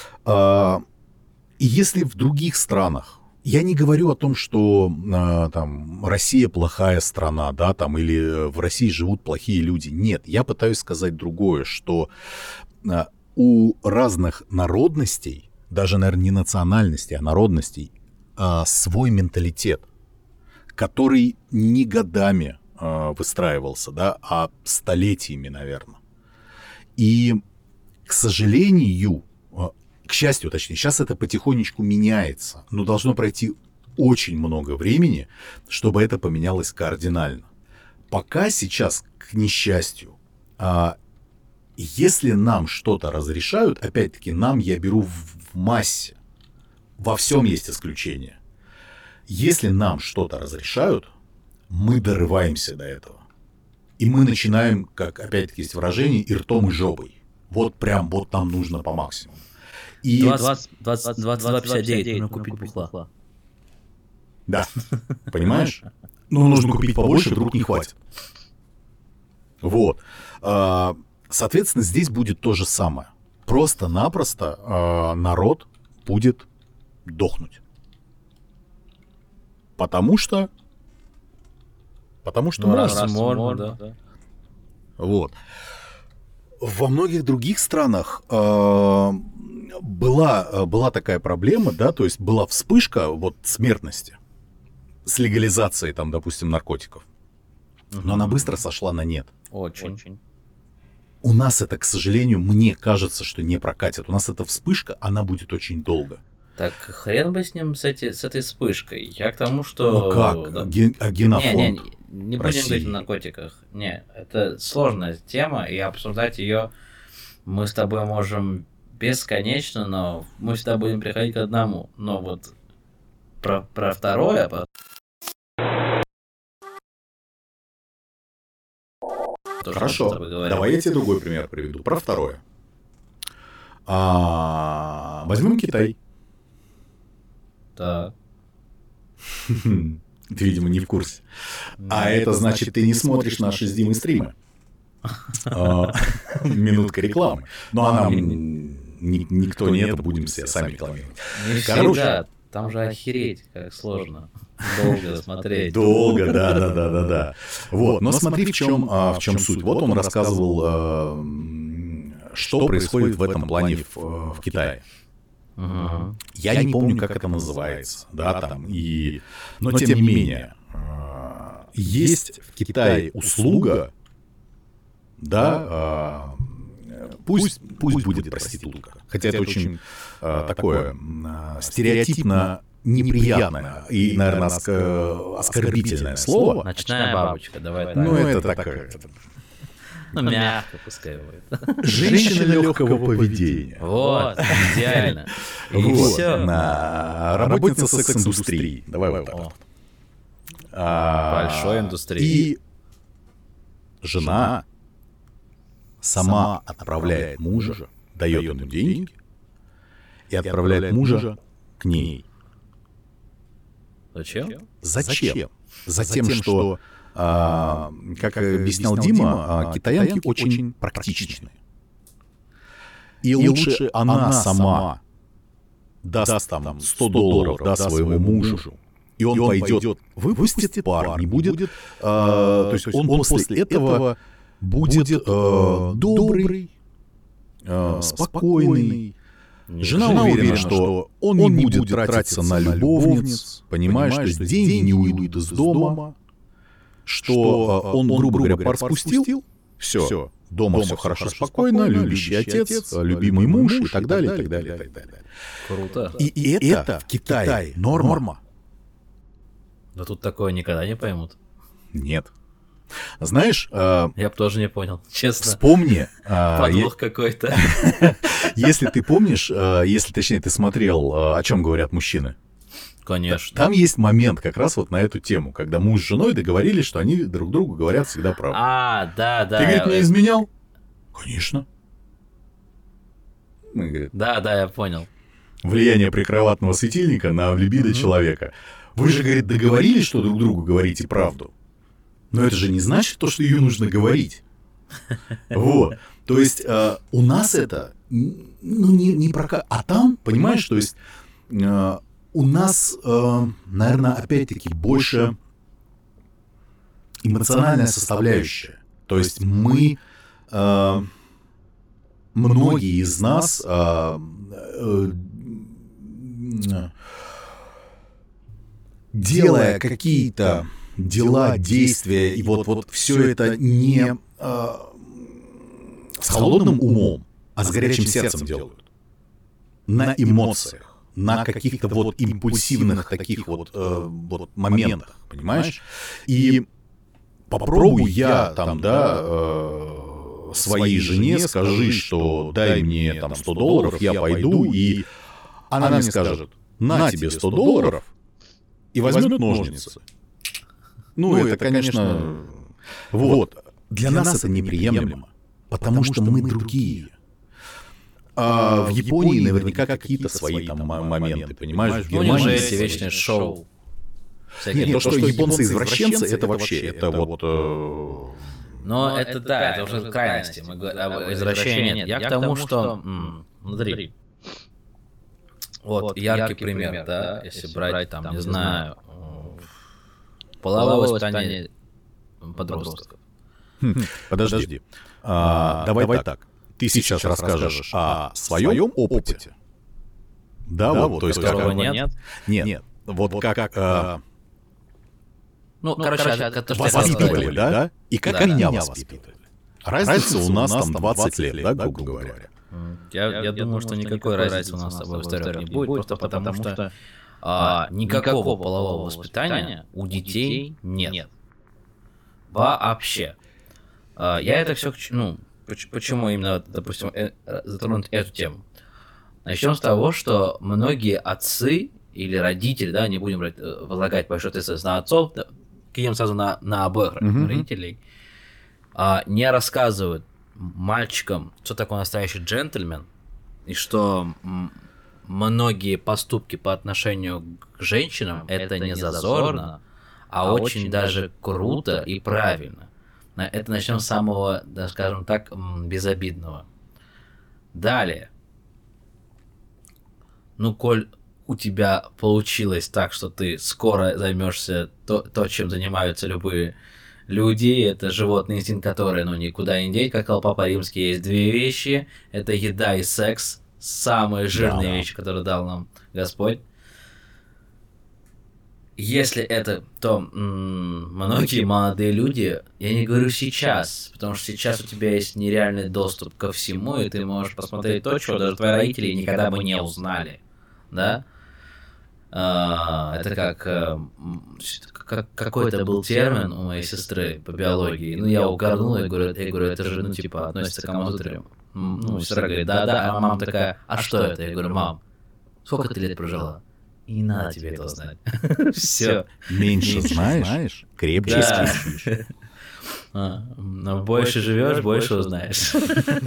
И если в других странах, я не говорю о том, что там Россия плохая страна, да, там, или в России живут плохие люди. Нет, я пытаюсь сказать другое, что у разных народностей, даже, наверное, не национальностей, а народностей, а, свой менталитет, который не годами а, выстраивался, да, а столетиями, наверное. И, к сожалению, а, к счастью, точнее, сейчас это потихонечку меняется, но должно пройти очень много времени, чтобы это поменялось кардинально. Пока сейчас, к несчастью, а, если нам что-то разрешают, опять-таки, нам я беру в, в массе. Во всем есть исключение. Если нам что-то разрешают, мы дорываемся до этого. И мы начинаем, как опять-таки есть выражение, и ртом, и жопой. Вот прям, вот нам нужно по максимуму. И двадцать, двадцать, двадцать два пятьдесят девять нужно купить бухла. Да, понимаешь? Ну, нужно купить побольше, вдруг не хватит. Вот. Соответственно, здесь будет то же самое. Просто-напросто э, народ будет дохнуть. Потому что... Потому что ну, можно. Раз можно, да. Вот. Во многих других странах э, была, была такая проблема, да, то есть была вспышка вот смертности с легализацией, там, допустим, наркотиков. Но она быстро сошла на нет. Очень. Очень. У нас это, к сожалению, мне кажется, что не прокатит. У нас эта вспышка, она будет очень долго. Так хрен бы с ним, с, эти, с этой вспышкой. Я к тому, что... Ну как? Да. Ген, а генофонд не, не, не, не будем говорить о наркотиках. Не, это сложная тема, и обсуждать ее мы с тобой можем бесконечно, но мы всегда будем приходить к одному. Но вот про, про второе... Хорошо, давай я тебе другой пример приведу. Про второе. А, возьмем Китай. Да. Ты, видимо, не в курсе. А это значит, ты не смотришь наши с Димой стримы. Минутка рекламы. Но она никто не это, будем все сами рекламировать. Короче, там же охереть, как сложно. Долго смотреть. Долго, да, да, да, да, да. Вот, но смотри, в чем, а, в чем суть. Вот он рассказывал, а, что происходит в этом плане в, в Китае. Uh-huh. Я не помню, как это называется, да, там, и... но тем не менее, есть в Китае услуга, да, пусть, пусть будет проститутка. Хотя это очень э, такое э, стереотипно неприятное и, наверное, оск- оскорбительное слово. Ночная бабочка, давай так. Ну, это такое. Ну, мягко пускай будет. Женщина легкого поведения. Вот, идеально. И Вот, все. на- работница секс-индустрии. Давай вот так. О, вот. А, большой индустрии. И жена сама отправляет мужа, дает ему деньги и отправляет мужа к ней. Зачем? Зачем? Затем, что, а, как объяснял Дима, а, китаянки очень практичные. И лучше она сама даст там сто долларов, да, своему мужу, и он пойдет, выпустит пар, не будет, а, то есть он после этого будет а, добрый, а, спокойный. Жена, Жена уверена, что он не будет тратиться на любовниц, понимаешь, то есть деньги не уйдут из дома, что он, грубо говоря, пар спустил, все, дома все хорошо, спокойно, любящий отец, любимый муж и так далее, и так далее, и так далее. Круто. И, и это в Китае норма. Да тут такое никогда не поймут. Нет. Знаешь, э, я бы тоже не понял, честно. Вспомни. Э, Подвох я... какой-то. Если ты помнишь, э, если точнее ты смотрел, э, о чем говорят мужчины. Конечно. Там есть момент как раз вот на эту тему, когда муж с женой договорились, что они друг другу говорят всегда правду. А, да, да. Ты, говорит, мне изменял? Конечно. Мы, говорит, да, да, я понял. Влияние прикроватного светильника на либидо mm-hmm. человека. Вы же, говорит, договорились, что друг другу говорите правду. Но это же не значит то, что ее нужно говорить. Вот. То есть э, у нас это, ну, не, не прока... А там, понимаешь, то есть э, у нас, э, наверное, опять-таки больше эмоциональная составляющая. То есть мы, э, многие из нас, э, э, делая какие-то дела, действия, и вот, вот все это не э, с холодным умом, а с горячим сердцем делают. На эмоциях, на каких-то вот импульсивных таких вот, э, вот моментах, понимаешь? И попробуй я там, да, э, своей жене скажи, что дай мне там сто долларов, я пойду, и она мне скажет, на тебе сто долларов, и возьмет ножницы. Ну, ну, это, конечно, вот. Для, Для нас это неприемлемо, потому, потому что мы другие. А в Японии наверняка какие-то свои там моменты, понимаешь? В Германии ну, же эти вечные шоу. Нет, то, что японцы извращенцы, это вообще, это вот... Но ну, это, да, это уже крайности. Мы говорим об извращении нет. Я к тому, что... Смотри. Вот, яркий пример, да, если брать там, не знаю... Половое воспитание подростков. Хм, подожди. подожди. А, давай, давай так. Ты сейчас, сейчас расскажешь о своем опыте. опыте. Да, да, вот, то есть которого нет? Нет. Нет. Нет. Вот, вот как... как а... Ну, ну, короче, это, это, воспитывали, да? да? И как да, меня воспитывали. Разница, Разница у нас там двадцать лет, да, грубо говоря. Я, я, я думаю, что никакой разницы у нас с тобой в историях не будет, просто потому, потому что... А, никакого, никакого полового воспитания у детей нет. нет. Вообще. А, я это все... Ну, почему именно, допустим, э, затронуть эту тему? Начнем с того, что многие отцы или родители, да, не будем брать, возлагать большой ответственность на отцов, да, кинем сразу на, на обоих mm-hmm. родителей, а, не рассказывают мальчикам, что такое настоящий джентльмен, и что... многие поступки по отношению к женщинам это, это не зазорно, а, а очень даже круто и правильно. Это начнем с самого, да, скажем так, безобидного. Далее. Ну, коль у тебя получилось так, что ты скоро займешься то, то, чем занимаются любые люди, это животный инстинкт, который, ну, никуда не деть, как сказал Папа Римский, есть две вещи, это еда и секс. Самые жирные да, вещи, которые дал нам Господь. если это, то м- многие молодые люди, я не говорю сейчас, потому что сейчас у тебя есть нереальный доступ ко всему, и ты можешь посмотреть то, чего даже твои родители никогда бы не узнали, да? А, это как, как какой-то был термин у моей сестры по биологии. Ну, я угорнул, я говорю, я говорю, это же, ну, типа, относится к Камасутре. Ну, сестра говорит, да-да, а мама такая, а что это? Я говорю, мам, сколько ты лет прожила? И не надо тебе этого знать. Все. Меньше знаешь, крепче спишь. Больше живешь, больше узнаешь.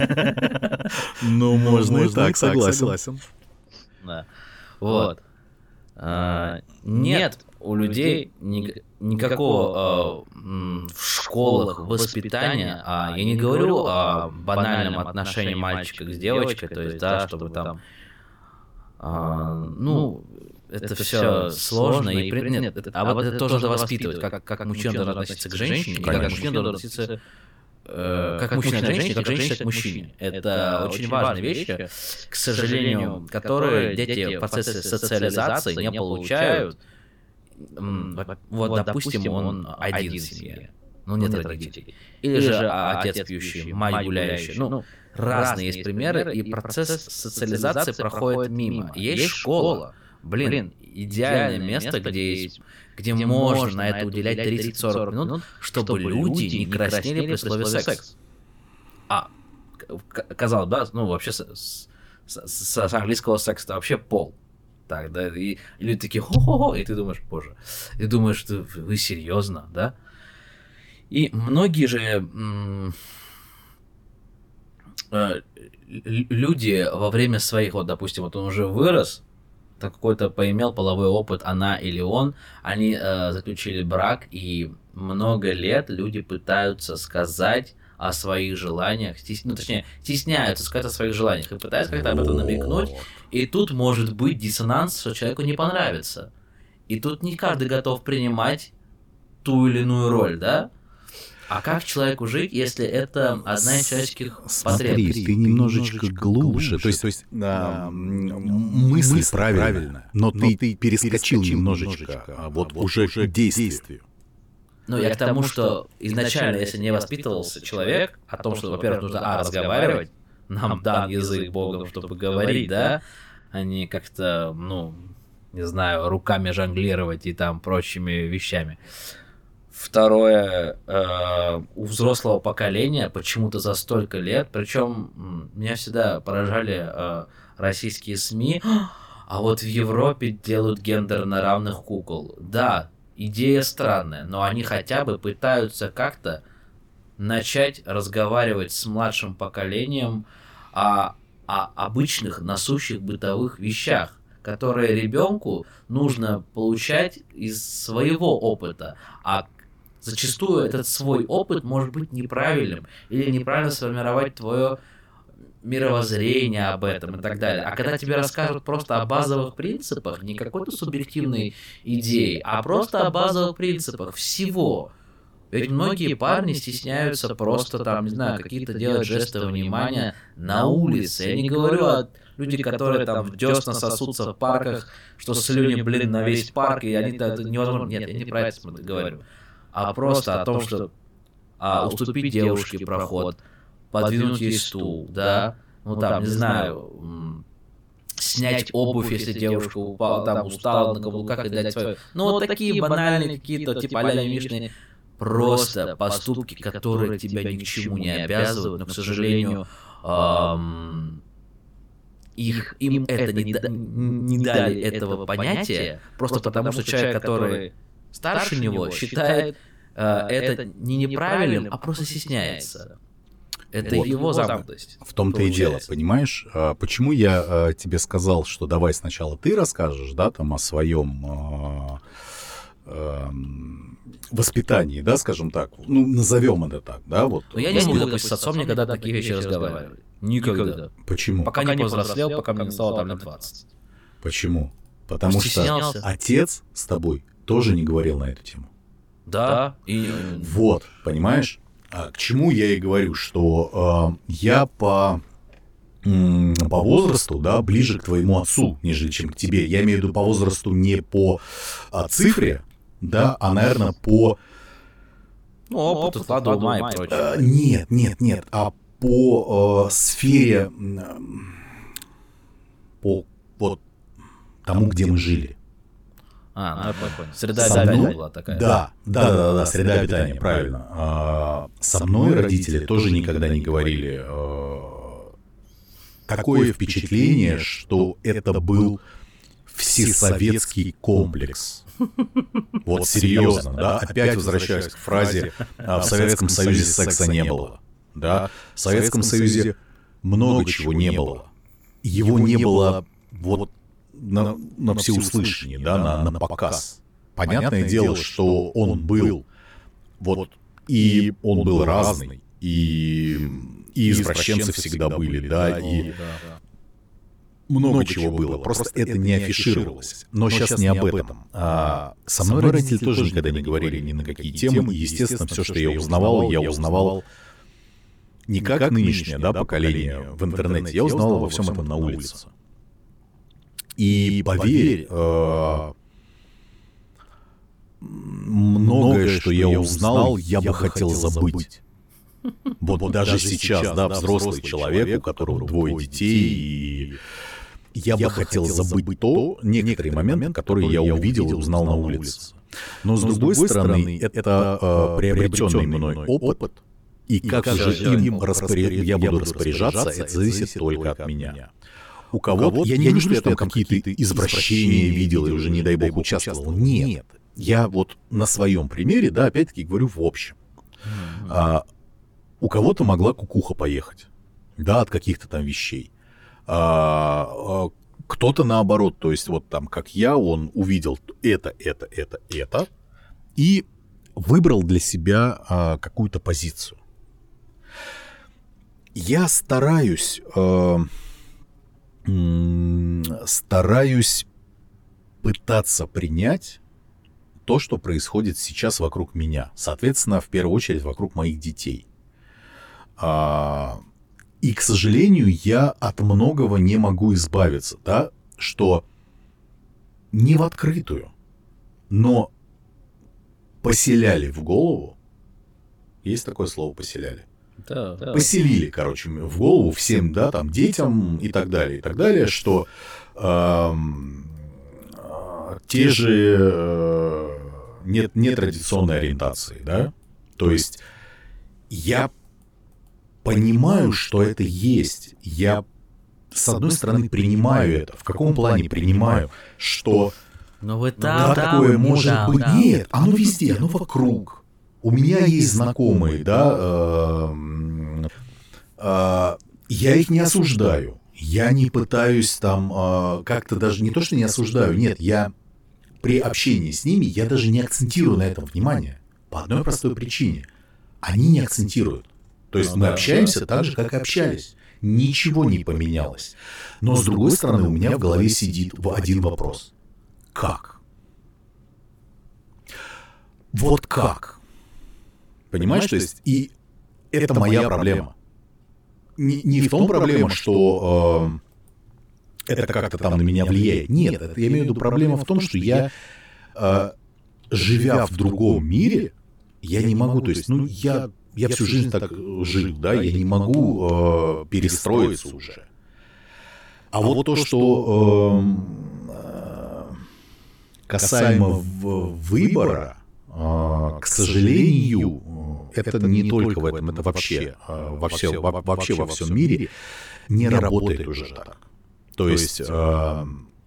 Ну, можно и так, согласен. Да. Вот. А, нет у людей ни, никакого а, в школах воспитания, а я не говорю о банальном отношении мальчика к девочке, то есть, да, чтобы там, а, ну, это, это все сложно, и при... нет, это, а вот это тоже надо воспитывать, как, как мужчина должен относиться к женщине, и как мужчина должен относиться... Как мужчина к женщине, как женщина к мужчине. Это очень важные вещи, к сожалению, которые дети в процессе социализации не получают. Вот, допустим, он один в семье, ну нет родителей. Или же отец пьющий, мать гуляющая. Ну, разные есть примеры, и процесс социализации проходит мимо. Есть школа. Блин, идеальное место, где есть... где, где можно на это уделять тридцать-сорок минут, чтобы люди не краснели при слове «секс». А, казалось, да, ну, вообще с, с, с, с английского секс это вообще пол. Так, да, и, и люди такие хо-хо-хо, и ты думаешь, боже, ты думаешь, что вы серьезно, да? И многие же м- э, люди во время своих, вот, допустим, вот он уже вырос, какой-то поимел половой опыт, она или он, они э, заключили брак, и много лет люди пытаются сказать о своих желаниях, стес... ну, точнее, стесняются сказать о своих желаниях, и пытаются как-то об этом намекнуть, и тут может быть диссонанс, что человеку не понравится. И тут не каждый готов принимать ту или иную роль, да? А как человеку жить, если это одна из человеческих потребностей? Смотри, ты немножечко глубже, то есть, то есть а, мысль правильная, но, но ты, ты перескочил немножечко, а вот, вот уже к действию. Ну, я к тому, что изначально, если не воспитывался человек о том, что, во-первых, нужно, а, разговаривать, нам дан язык Богом, чтобы говорить, да, а не как-то, ну, не знаю, руками жонглировать и там прочими вещами. Второе, э, у взрослого поколения почему-то за столько лет, причем меня всегда поражали э, российские СМИ, а вот в Европе делают гендерно равных кукол. Да, идея странная, но они хотя бы пытаются как-то начать разговаривать с младшим поколением о, о обычных насущих бытовых вещах, которые ребенку нужно получать из своего опыта, а зачастую этот свой опыт может быть неправильным или неправильно сформировать твое мировоззрение об этом и так далее. А когда тебе расскажут просто о базовых принципах, не какой-то субъективной идеи, а просто о базовых принципах всего. Ведь многие парни стесняются просто там, не знаю, какие-то делать жесты внимания на улице. Я не говорю о людях, которые там в десна сосутся в парках, что слюни, блин, на весь парк, и они это невозможно. Нет, я не про это говорю. А просто о том, что а, уступить девушке проход, подвинуть ей стул, да, ну там, не знаю, снять обувь, если девушка упала, там устала на каблуках и дать свою. Ну вот такие банальные какие-то, типа а-ля мимишные, просто поступки, которые тебя ни к чему не обязывают, но, к сожалению, эм, их, им это не, да, не дали этого понятия, просто потому что человек, который старше него, считает э, это не неправильным, а просто стесняется. Это вот. Его замкнутость. В том-то получается. И дело, понимаешь? А, почему я а, тебе сказал, что давай сначала ты расскажешь, да, там о своем а, а, воспитании, да, скажем так, ну, назовем это так, да, вот. Но я не буду, допустим, с отцом никогда такие вещи разговаривать. Никогда. Почему? Пока, пока не повзрослел, пока мне стало там лет двадцать. Почему? Потому что отец с тобой тоже не говорил на эту тему. Да. И... Вот, понимаешь? А к чему я и говорю, что э, я по по возрасту, да, ближе к твоему отцу, нежели чем к тебе. Я имею в виду по возрасту не по а, цифре, да, а, наверное, по... Ну, опыт, склада ума и прочее. А, нет, нет, нет, а по а, сфере, по вот тому, где мы жили. А, ну я понял. Среда Со обитания мной- была такая. Да, да, да, да, да, среда обитания, правильно. А, со мной родители тоже никогда не говорили а, такое впечатление, что это был всесоветский комплекс. Вот серьезно, да, опять возвращаюсь к фразе а, «в Советском Союзе секса не было». Да, в Советском Союзе много чего не было. Его не было вот на, на всеуслышание, да, на, на показ. Понятное дело, что он был, вот, и он был разный, и, и извращенцы всегда были, да, и много чего было, просто это не афишировалось. Но сейчас не об этом. А, со мной родители тоже никогда не говорили ни на какие темы, и, естественно, все, что я узнавал, я узнавал не как нынешнее, да, поколение в интернете, я узнавал во всем этом на улице. И поверь, э, многое, что я узнал, я бы хотел забыть. Вот, вот даже сейчас, да, взрослый человек, у которого двое детей, и я бы хотел забыть то, некоторые моменты, которые я увидел и узнал на улице. Но, с другой стороны, это э, приобретенный мной опыт, и как же им распоряд... я буду распоряжаться, это зависит только от меня. У кого-то, я не говорю, что я там какие-то извращения видел и уже, не дай бог, участвовал. Нет. Я вот на своем примере, да, опять-таки говорю в общем. Mm-hmm. А, у кого-то могла кукуха поехать, да, от каких-то там вещей. А, а, кто-то наоборот, то есть вот там, как я, он увидел это, это, это, это, и выбрал для себя а, какую-то позицию. Я стараюсь... А, стараюсь пытаться принять то, что происходит сейчас вокруг меня. Соответственно, в первую очередь, вокруг моих детей. И, к сожалению, я от многого не могу избавиться, да, что не в открытую, но поселяли в голову, есть такое слово «поселяли», Да, да. поселили, короче, в голову всем, да, там, детям и так далее, и так далее, что э, э, те же э, нет, нетрадиционной ориентации, да, то есть я понимаю, что это есть, я, с одной стороны, принимаю это, в каком плане принимаю, что Но вы да, там, такое там, может там, быть, там. нет, оно везде, оно вокруг. У меня есть знакомые, да, э, э, я их не осуждаю, я не пытаюсь там э, как-то даже, не то, что не осуждаю, нет, я при общении с ними, я даже не акцентирую на этом внимание, по одной простой причине, они не акцентируют, то есть Ну, мы да, общаемся да. так же, как и общались, ничего не поменялось, но с другой стороны у меня в голове сидит один вопрос, как? Вот как? Понимаешь, то есть, и это моя проблема. Не, не в том проблема, что э, это как-то там на меня влияет. Нет, это, я имею в виду проблема в том, что я, э, живя в другом мире, я не могу, то есть, ну, я, я всю жизнь так жил, да, я не могу э, перестроиться уже. А вот то, что э, касаемо выбора, к сожалению, это не только в этом, это вообще, во все, во, вообще во всем мире не работает уже так. То есть э,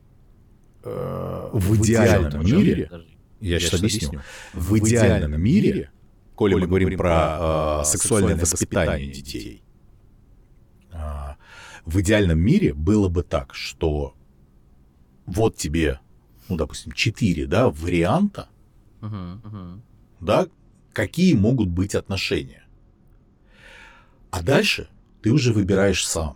э, в идеальном мире, я сейчас объясню, в идеальном мире, коли мы говорим про э, сексуальное воспитание детей, э, в идеальном мире было бы так, что вот тебе, ну, допустим, четыре, да, варианта, Uh-huh, uh-huh. да, какие могут быть отношения. А дальше ты уже выбираешь сам.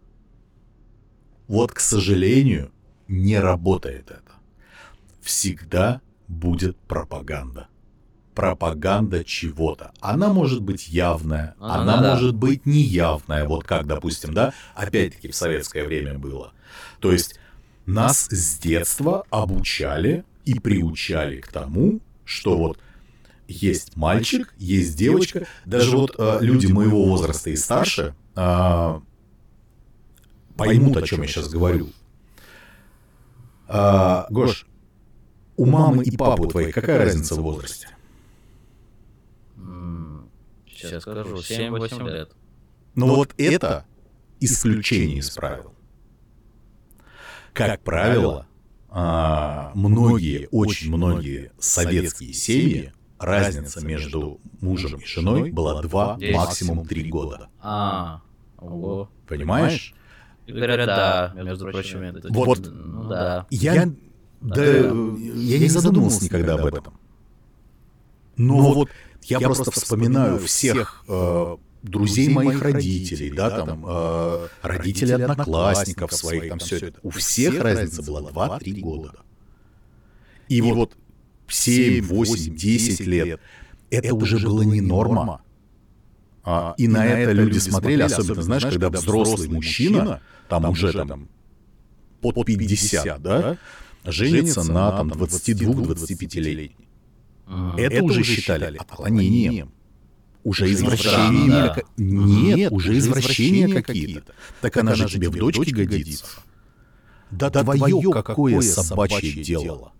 Вот, к сожалению, не работает это. Всегда будет пропаганда. пропаганда чего-то. Она может быть явная, А, она ну да. может быть неявная. Вот как, допустим, да, опять-таки в советское время было. То есть нас с детства обучали и приучали к тому, что вот есть мальчик, есть девочка. Даже вот э, люди моего возраста и старше э, поймут, о чем я сейчас говорю. Э, Гош, у мамы и папы твоих какая разница в возрасте? Сейчас скажу, семь-восемь лет. Но ну вот это исключение из правил. Как правило, э, многие, очень многие советские семьи, разница между мужем и женой была два, максимум три года. А, ого. Понимаешь? И говорят, да, между прочим, это... Вот, ну да. Я, да, да, я не задумывался никогда об этом. Но вот я просто вспоминаю всех э, друзей моих родителей, да, там, э, родителей одноклассников своих, там все это. У всех разница была два-три года. И вот семь, восемь, десять лет это уже было не норма. А, и на это люди смотрели, особенно, знаешь, когда взрослый мужчина, там уже там под пятьдесят, да, женится на там двадцати двух-двадцати пяти лет. Это уже считали отклонением. Уже извращение. Да, как... Нет, уже извращения какие-то. Так она же тебе в дочке годится. Да твое какое собачье дело.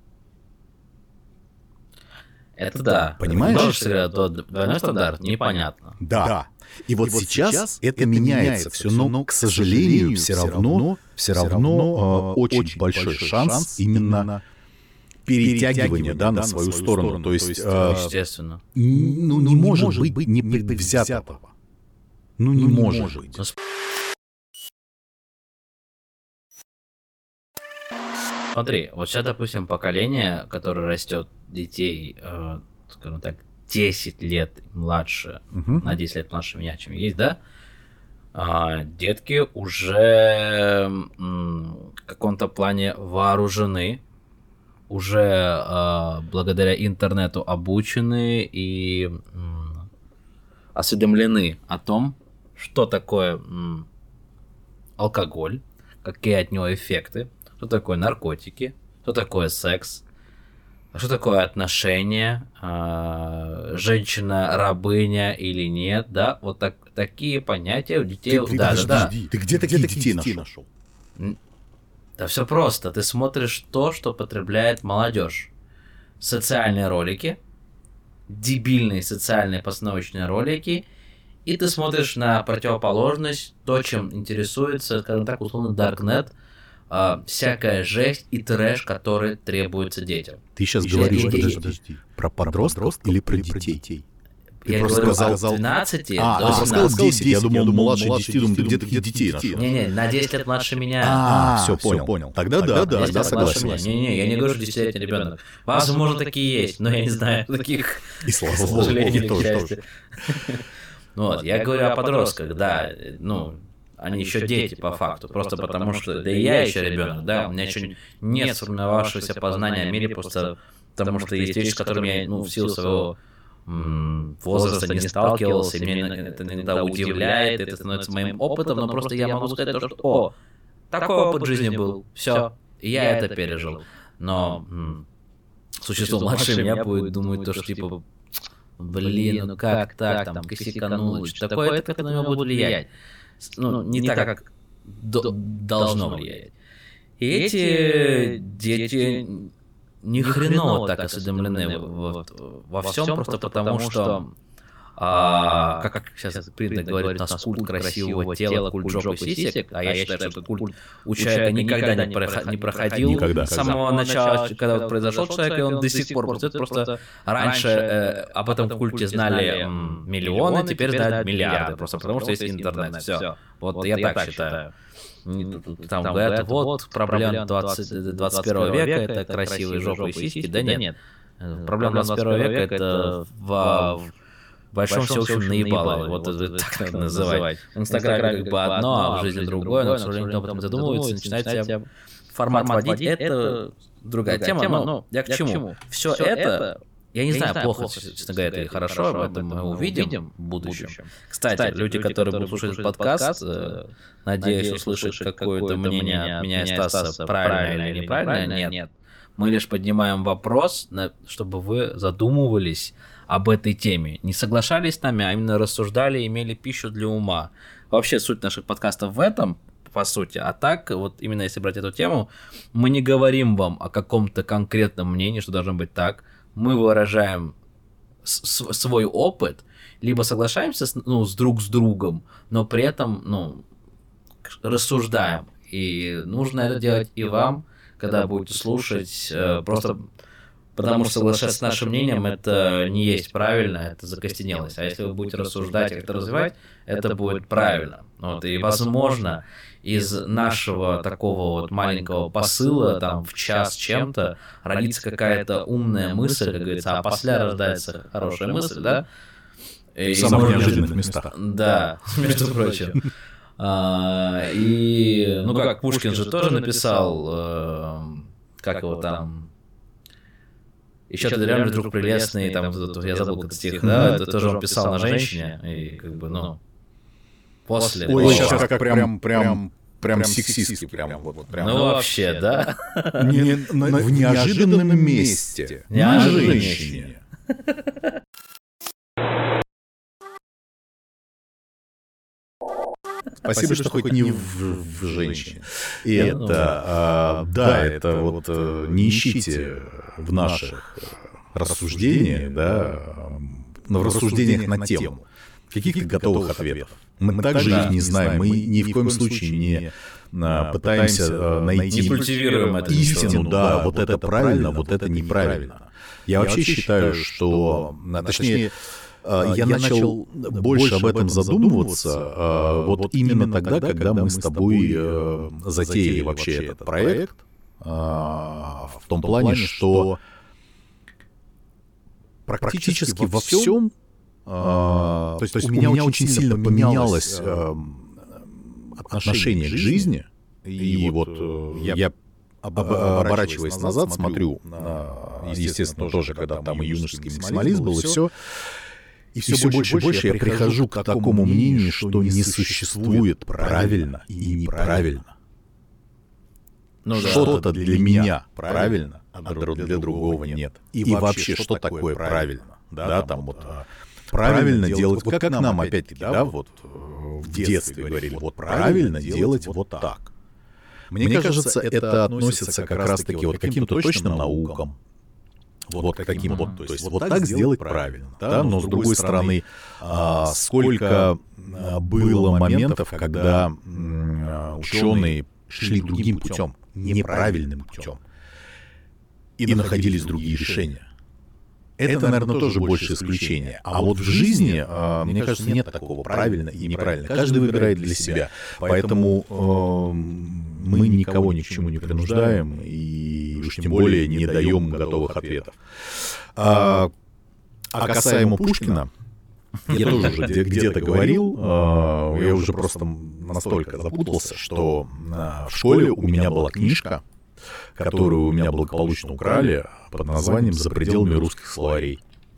Это да. Понимаешь? Тоже всегда тот двойной стандарт, непонятно. Да. И вот, и вот сейчас, сейчас это меняется все, но, но к сожалению, все равно, все равно э, очень большой шанс именно перетягивания, да, на свою сторону. То есть, э, естественно. Ну, не может быть непредвзятого. Ну, не может быть. Смотри, вот сейчас, допустим, поколение, которое растет детей, э, скажем так, десять лет младше, угу. на десять лет младше меня, чем есть, да, а, детки уже м, в каком-то плане вооружены, уже э, благодаря интернету обучены и м, осведомлены о том, что такое м, алкоголь, какие от него эффекты, что такое наркотики, что такое секс, что такое отношения, э, женщина-рабыня или нет, да, вот так, такие понятия у детей. Ты, да, ты, да, подожди, да. Ты где такие детей нашел? Да все просто, ты смотришь то, что потребляет молодежь. Социальные ролики, дебильные социальные постановочные ролики, и ты смотришь на противоположность, то, чем интересуется, скажем так, условно, Darknet, Uh, всякая жесть и трэш, который требуется детям. Ты сейчас говоришь, подожди, подожди, про подростков или про детей? Ты я говорю сказал... от двенадцати а, до семнадцати. А, сказал десять, я думал, думал младше десяти, думал, ты где-то детей нашел. Не-не, на десять лет младше меня. А, все, понял, понял. Тогда да, да, да, согласен. Не-не, я не говорю, что десятилетний ребенок. Возможно, такие есть, но я не знаю таких. И слава богу, тоже. Вот, я говорю о подростках, да, ну... Они еще дети, по факту, просто потому что, да и я еще ребенок, да, у меня еще нет сформировавшегося познания о мире, просто потому что есть вещи, с которыми я, ну, в силу своего м- возраста не сталкивался, и меня это иногда удивляет, это становится моим опытом, но просто я могу сказать то, что, о, такой опыт жизни был, все, я это пережил. Но м- существо младше меня будет думать то, что, типа, блин, ну как так, там, косяканул, что такое, это как на него будет влиять. Ну, не, не так, так, как до, должно влиять. И эти дети ни хреново так осведомлены во, во всем, просто потому что, а, как, как сейчас принято говорить, у нас культ красивого тела, культ жопы и сисек, а я считаю, что этот культ у человека никогда не, проход, не проходил никогда. С самого начала, когда вот произошел человек, и он до сих пор просто, просто раньше э, об этом культе знали м, миллионы, теперь знают миллиарды, просто потому что есть интернет, все. Вот, вот я, я так считаю. считаю. Там говорят, вот проблема двадцать первого века, это красивые жопы и сиськи, да нет. Проблема двадцать первого века это в большом всеобщем наебалово, вот это так надо называть. В Инстаграме как бы одно, а в жизни другое, но, к сожалению, об этом задумывается, начинает себя формат вводить, это другая тема, но я к чему? Все это Я не, я знаю, не знаю, плохо, плохо честно говоря, это или хорошо, об этом мы увидим, увидим в будущем. будущем. Кстати, Кстати, люди, которые будут слушать этот подкаст, подкаст надеюсь, услышать какое-то мнение от меня и Стаса, правильно или неправильно, нет. нет. Мы лишь поднимаем вопрос, чтобы вы задумывались об этой теме. Не соглашались с нами, а именно рассуждали, имели пищу для ума. Вообще суть наших подкастов в этом, по сути. А так, вот именно если брать эту тему, мы не говорим вам о каком-то конкретном мнении, что должно быть так. Мы выражаем с- свой опыт, либо соглашаемся с, ну, с друг с другом, но при этом ну, рассуждаем. И нужно это делать и вам, когда будете слушать, э, просто потому что соглашаться с нашим мнением, это не есть правильно, это закостенелость. А если вы будете рассуждать, как-то развивать, это будет правильно. Вот, и, возможно, из нашего такого вот маленького посыла, там, в час чем-то, родится какая-то умная мысль, как говорится, а после рождается хорошая мысль, да? В самых неожиданных местах. Да, между прочим. А, и, ну как, Пушкин же тоже написал, как его там... Еще ты реально вдруг прелестный, там, я забыл как стих, да, это тоже он писал на женщине, и как бы, ну, после. Ой, сейчас как прям, прям, прям сексистский, прям, вот, прям. Ну, вообще, да. Не, на, в неожиданном месте. На женщине. Спасибо, что хоть не в, в женщине. И это, а, да, это вот не ищите в наших рассуждениях, да, в рассуждениях на тему каких-то готовых ответов. Мы также их не знаем, мы ни в коем случае не пытаемся найти истину, да, вот это правильно, вот это неправильно. Я вообще считаю, что, точнее, Я, я начал больше об этом задумываться э, вот именно тогда, когда мы с тобой э, затеяли вообще этот проект, э, в том плане, что практически во всем, э, то есть, то есть у меня очень сильно поменялось э, отношение к жизни, и вот э, я, оборачиваясь назад, смотрю, на, естественно, тоже, когда там и юношеский максимализм был, и все. И все, и все больше и больше я прихожу к такому мнению, что не существует правильно и неправильно. Ну, что-то да. для меня правильно, а для другого нет. И, и вообще, что такое правильно? Да, да там вот правильно делать, вот как нам опять-таки, да, вот в детстве говорили, вот правильно делать вот так. Мне кажется, это относится как раз-таки вот к каким-то точным наукам. Вот, вот таким вот, то есть вот, вот так сделать правильно, да, да? Но, но с другой стороны, а, сколько было моментов, когда ученые шли другим путем, неправильным путем, и находились другие решения. Это, наверное, тоже больше исключение. А вот в жизни, а, мне кажется, нет такого правильно и неправильно. Каждый выбирает для себя. Поэтому э, мы никого ни к чему не принуждаем и уж тем более не даем готовых ответов. А, а касаемо Пушкина, я тоже уже где-то говорил, э, я уже просто настолько запутался, что в школе у меня была книжка, которую у меня благополучно украли, под названием «За пределами русских словарей».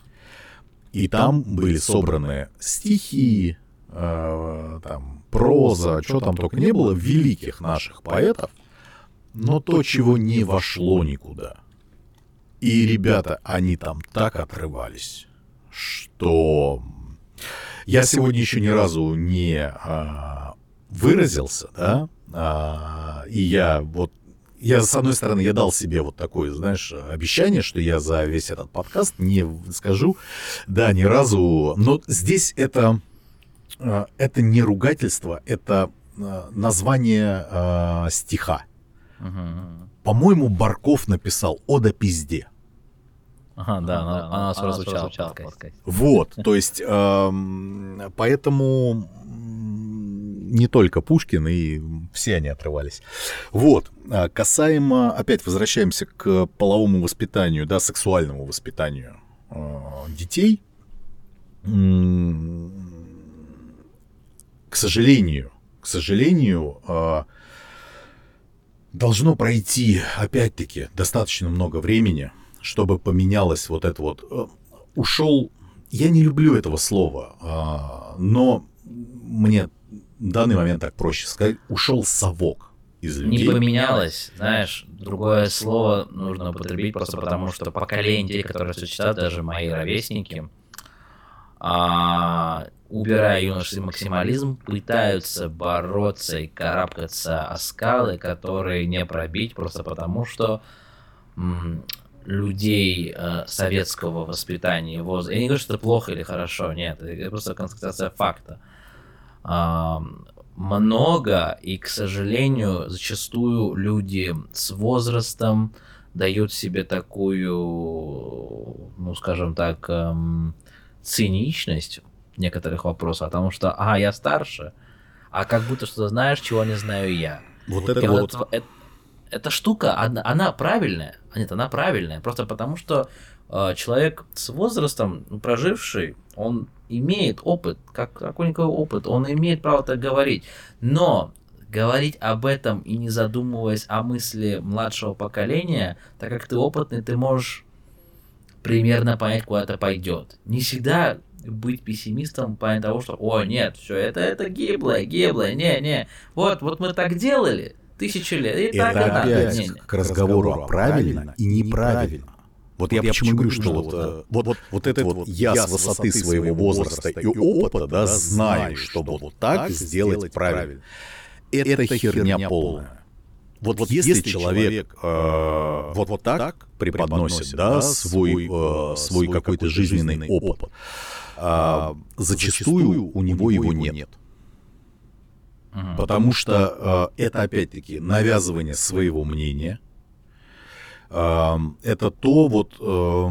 И там были собраны стихи, э, там, проза, что там только не было, великих наших поэтов, но то, чего не вошло никуда. И, ребята, они там так отрывались, что я сегодня еще ни разу не а, выразился, да, а, и я вот Я, с одной стороны, я дал себе вот такое, знаешь, обещание, что я за весь этот подкаст не скажу, да, ни разу, но здесь это, это не ругательство, это название э, стиха. Uh-huh. По-моему, Барков написал «Ода пизде». Ага, да, она, она, она сразу звучала в подкасте. Вот, то есть, э, поэтому... Не только Пушкин, и все они отрывались. Вот. Касаемо, опять возвращаемся к половому воспитанию, да, сексуальному воспитанию э, детей. К сожалению, к сожалению, э, должно пройти, опять-таки, достаточно много времени, чтобы поменялось вот это вот... Ушел... Я не люблю этого слова, но мне в данный момент так проще сказать. Ушел совок из людей. Не поменялось, знаешь, другое слово нужно употребить просто потому, что поколение людей, которые все читают, даже мои ровесники, а, убирая юношеский максимализм, пытаются бороться и карабкаться о скалы, которые не пробить, просто потому что м, людей э, советского воспитания, воз... я не говорю, что это плохо или хорошо, нет, это просто констатация факта. А, много, и, к сожалению, зачастую люди с возрастом дают себе такую, ну, скажем так, эм, циничность в некоторых вопросах, потому что, а, я старше, а как будто что-то знаешь, чего не знаю я. Вот и это вот... вот это, эта штука, она, она правильная, нет, она правильная, просто потому что э, человек с возрастом, проживший, он имеет опыт, как какой-никакой опыт, он имеет право так говорить, но говорить об этом и не задумываясь о мысли младшего поколения, так как ты опытный, ты можешь примерно понять, куда это пойдет. Не всегда быть пессимистом, понять того, что, о, нет, все, это, это гиблое, гиблое, не, не, вот, вот мы так делали тысячи лет, и это так и опять не, не. к разговору о правильно и неправильно. Вот, вот я, я почему говорю, что вот, вот, вот, вот, вот это вот я с высоты своего возраста и опыта, да, знаю, что вот так сделать правильно. Это херня полная. Вот, вот если, если человек э, вот, вот так преподносит, да, свой, э, свой какой-то жизненный опыт, э, зачастую у него его нет. Угу. Потому что э, это, опять-таки, навязывание своего мнения. Э, это то, вот, э,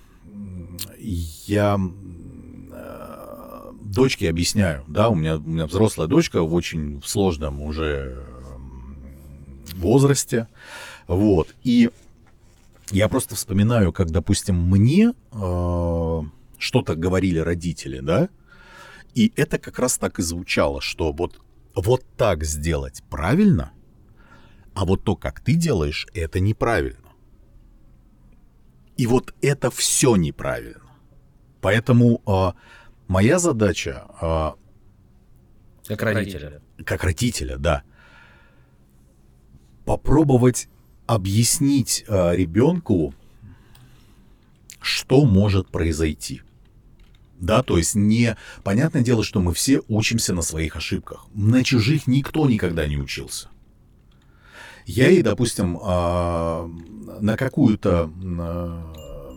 я э, дочке объясняю, да, у меня, у меня взрослая дочка в очень сложном уже возрасте, вот, и я просто вспоминаю, как, допустим, мне э, что-то говорили родители, да, и это как раз так и звучало, что вот, вот так сделать правильно, а вот то, как ты делаешь, это неправильно. И вот это все неправильно. Поэтому э, моя задача... Э, как родителя. Как родителя, да. Попробовать объяснить э, ребенку, что может произойти. Да, то есть не... Понятное дело, что мы все учимся на своих ошибках. На чужих никто никогда не учился. Я ей, допустим, э, на какую-то... Э,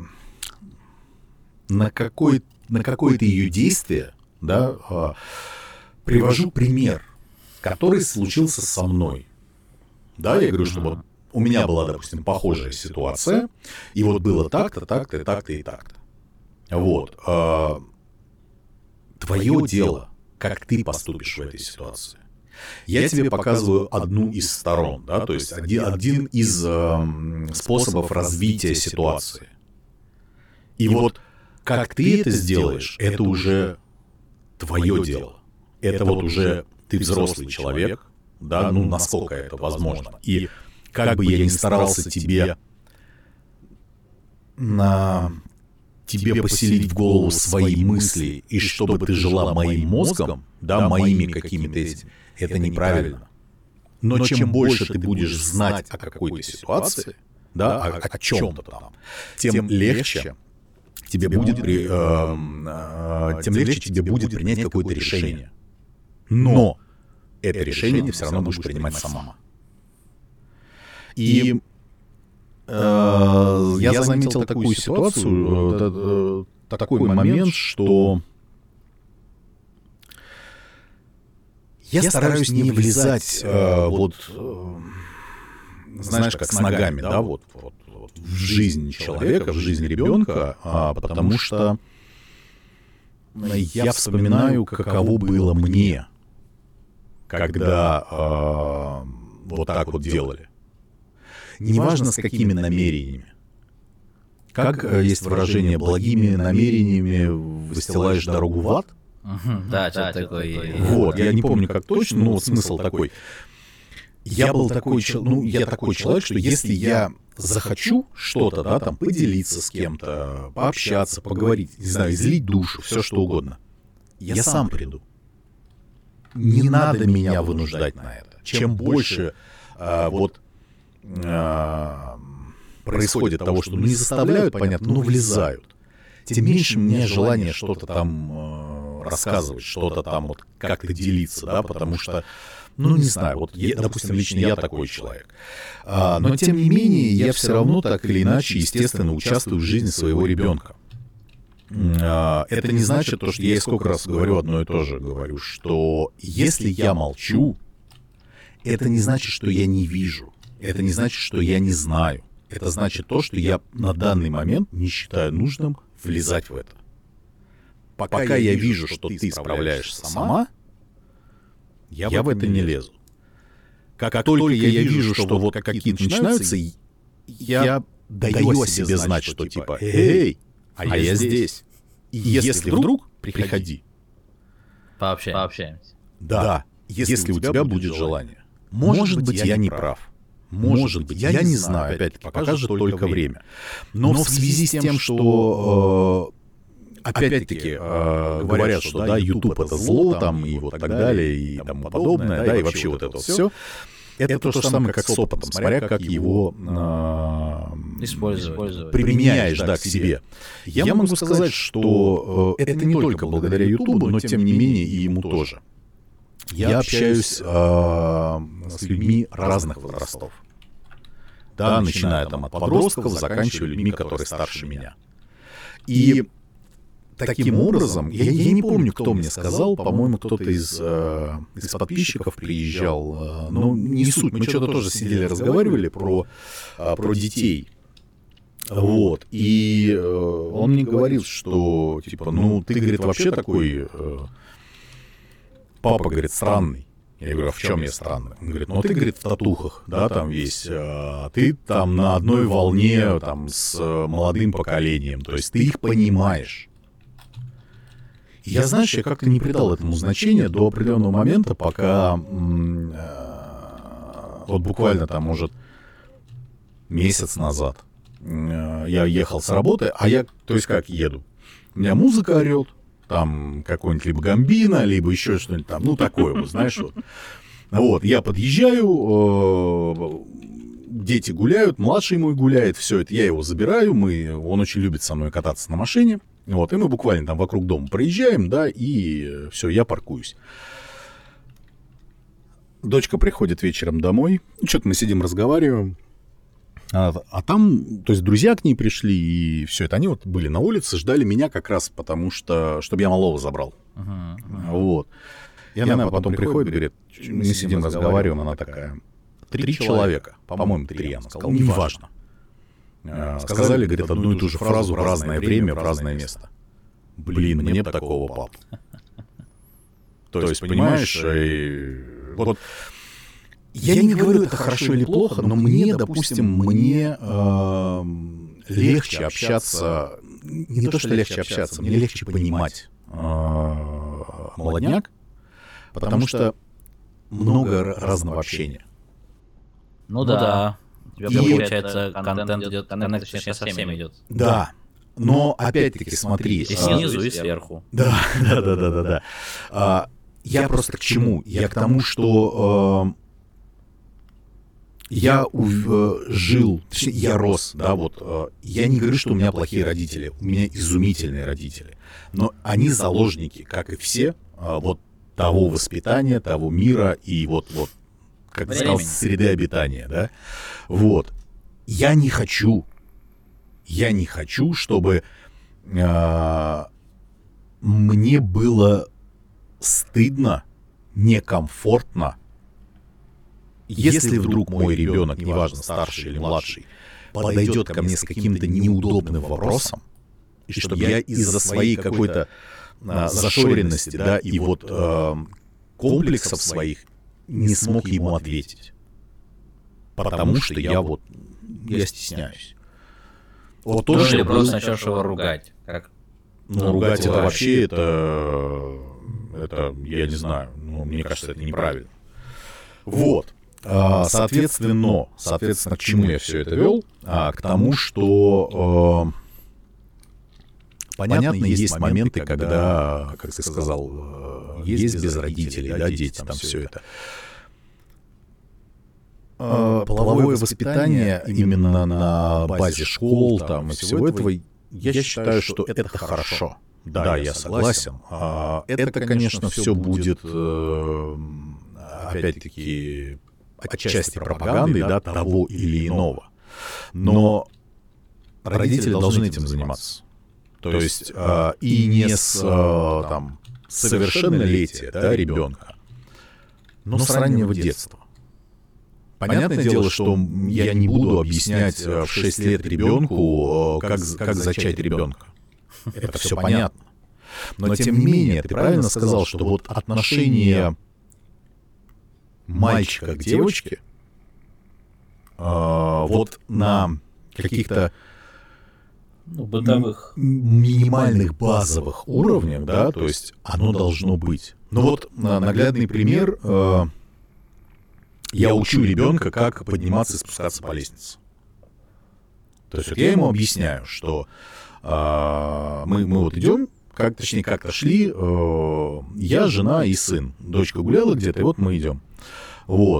на, какой, на какое-то ее действие, да, э, привожу пример, который случился со мной. Да, я говорю, что вот у меня была, допустим, похожая ситуация, и вот было так-то, так-то, так-то и так-то. Вот. А, твое дело, как ты поступишь в этой ситуации. Я тебе показываю одну из сторон, да, то есть один, один из э, способов развития ситуации. И вот как ты это сделаешь, это уже твое дело. Это вот уже ты взрослый человек, да, ну, насколько это возможно. И как бы я ни старался тебе на тебе поселить в голову свои мысли, и чтобы ты жила моим мозгом, да, моими какими-то этими, это неправильно. Но чем больше ты будешь знать о какой-то ситуации, да, о, о чем-то там, тем легче тебе будет, при, э, э, тем легче тебе будет принять какое-то решение. Но это решение все равно будешь принимать сама. И э, я заметил такую ситуацию, э, такой момент, что я стараюсь не влезать э, вот, э, знаешь, как с ногами, да, вот, вот, вот в жизнь человека, в жизнь ребенка, а, потому что я вспоминаю, каково было мне, когда э, вот так вот делали. Неважно, с какими намерениями. Как э, есть выражение, благими намерениями выстилаешь дорогу в ад? Uh-huh. Да, что такое. Вот, я не помню, как точно, но вот смысл такой. Я был такой, ну, я такой человек, что если я захочу что-то, да, там, поделиться с кем-то, пообщаться, поговорить, не знаю, излить душу, все что угодно, я сам приду. Не надо меня вынуждать на это. Чем больше а, вот а, происходит того, что ну, не заставляют, понятно, но влезают, тем меньше у меня желание что-то там э, рассказывать, что-то там вот как-то делиться, да, потому что, ну, не знаю, вот, я, допустим, лично я такой человек. А, но, тем не менее, я все равно так или иначе, естественно, участвую в жизни своего ребенка. А, это не значит то, что я сколько раз говорю одно и то же, говорю, что если я молчу, это не значит, что я не вижу, это не значит, что я не знаю. Это значит то, что я на данный момент не считаю нужным влезать в это. Пока, Пока я вижу, что ты справляешься сама, я, я в это не лезу. Как, как только я вижу, что вот какие-то начинаются, я, я даю о себе знать, что типа «Эй, а, а я здесь». И если, если вдруг, приходи. Пообщаемся. Пообщаемся. Да, да, если, если у тебя будет желание. Может, Может быть, я не прав. Может, Может быть, я, я не знаю, опять-таки, покажет только, только время. Но, Но в связи с тем, что, э, опять-таки, э, говорят, что, да, YouTube — это зло, там, и вот так далее, и тому подобное, да, и вообще вот это все, это, это то же самое, как с опытом, смотря как его э, использовать, применяешь, да, к себе. Я, я могу сказать, что э, это не только благодаря YouTube, но, тем не менее, и ему тоже. Я, я общаюсь э, с людьми разных возрастов. Да, да, начиная там от подростков, заканчивая людьми, которые старше меня. И таким образом, я, я не помню, кто мне сказал, по-моему, кто-то из, э, из подписчиков приезжал, э, но не суть, мы что-то тоже сидели, разговаривали про, э, про детей. Вот, и э, он мне говорил, что, типа, ну, ты, говорит, вообще такой... Э, папа, говорит, странный. Я говорю, а в чем я странный? Он говорит, ну ты, говорит, в татухах, да, там весь, а ты там на одной волне там с молодым поколением, то есть ты их понимаешь. И я, знаешь, я как-то не придал этому значения до определенного момента, пока м- э- вот буквально там, может, месяц назад э- я ехал с работы, а я, то есть как еду, у меня музыка орет, там какой-нибудь либо Гамбино, либо еще что-нибудь там, ну, такое вот, знаешь, вот. Вот, я подъезжаю, э, дети гуляют, младший мой гуляет, все это, я его забираю, мы, он очень любит со мной кататься на машине, вот, и мы буквально там вокруг дома проезжаем, да, и все, я паркуюсь. Дочка приходит вечером домой, что-то мы сидим, разговариваем. А, а там, то есть друзья к ней пришли, и все это, они вот были на улице, ждали меня как раз потому, что, чтобы я малого забрал. Uh-huh, uh-huh. Вот. И, и она, она потом, потом приходит, говорит, мы сидим, разговариваем, она такая, три, три человека, по-моему, три, она сказала, неважно. А, сказали, говорит, одну и ту же фразу в разное время, в разное место. Блин, мне бы такого папу. То есть, понимаешь, вот... Я не говорю, это хорошо или плохо, но мне, допустим, мне э, легче общаться, не то, что легче общаться, мне легче понимать э, молодняк, потому что много разного общения. Ну да, у тебя, получается, контент идет, коннект, точнее, со всеми идет. Да, но опять-таки смотри. И снизу, и сверху. Да, да, да, да, да. да. Я просто к чему? Я к тому, что... Я ув... жил, точнее, я рос, да, вот, я не говорю, что у меня плохие родители, у меня изумительные родители, но они заложники, как и все, вот того воспитания, того мира и вот, вот как ты сказал, среды обитания, да, вот. Я не хочу, я не хочу, чтобы а, мне было стыдно, некомфортно, если вдруг мой ребенок, неважно, старший или младший, подойдет ко мне с каким-то неудобным вопросом, и чтобы я из-за своей какой-то а, зашоренности, да, и вот а, комплексов своих не смог ему ответить. Потому что я вот, я стесняюсь. Вот то, что просто начнешь его ругать. Как? Ну, ругать это вообще, это, это, я не знаю, ну, мне кажется, это неправильно. Вот. Соответственно, соответственно, к чему я все это вел? К тому, что, понятно, есть моменты, когда, как ты сказал, есть без родителей, да, дети, там все это. Половое воспитание именно на базе школ там, и всего этого, я считаю, что это хорошо. Да, да, я согласен. А, это, конечно, все будет, э, опять-таки, отчасти пропагандой, да, того или иного. Но родители должны этим заниматься. То есть, э, и не с э, там, совершеннолетия, да, ребенка, но с раннего детства. Понятное дело, что я не буду объяснять в шесть лет ребенку, как, как зачать ребенка. Это все понятно. Но, тем не менее, ты правильно сказал, что вот отношение мальчика к девочке э, вот на каких-то ну, бытовых, минимальных базовых уровнях, да, то есть оно должно быть. Но вот наглядный пример, э, я учу ребенка, как подниматься и спускаться по лестнице. То есть вот я ему объясняю, что э, мы, мы вот идем, как, точнее, как-то шли, э, я, жена и сын. Дочка гуляла где-то, и вот мы идем. Вот.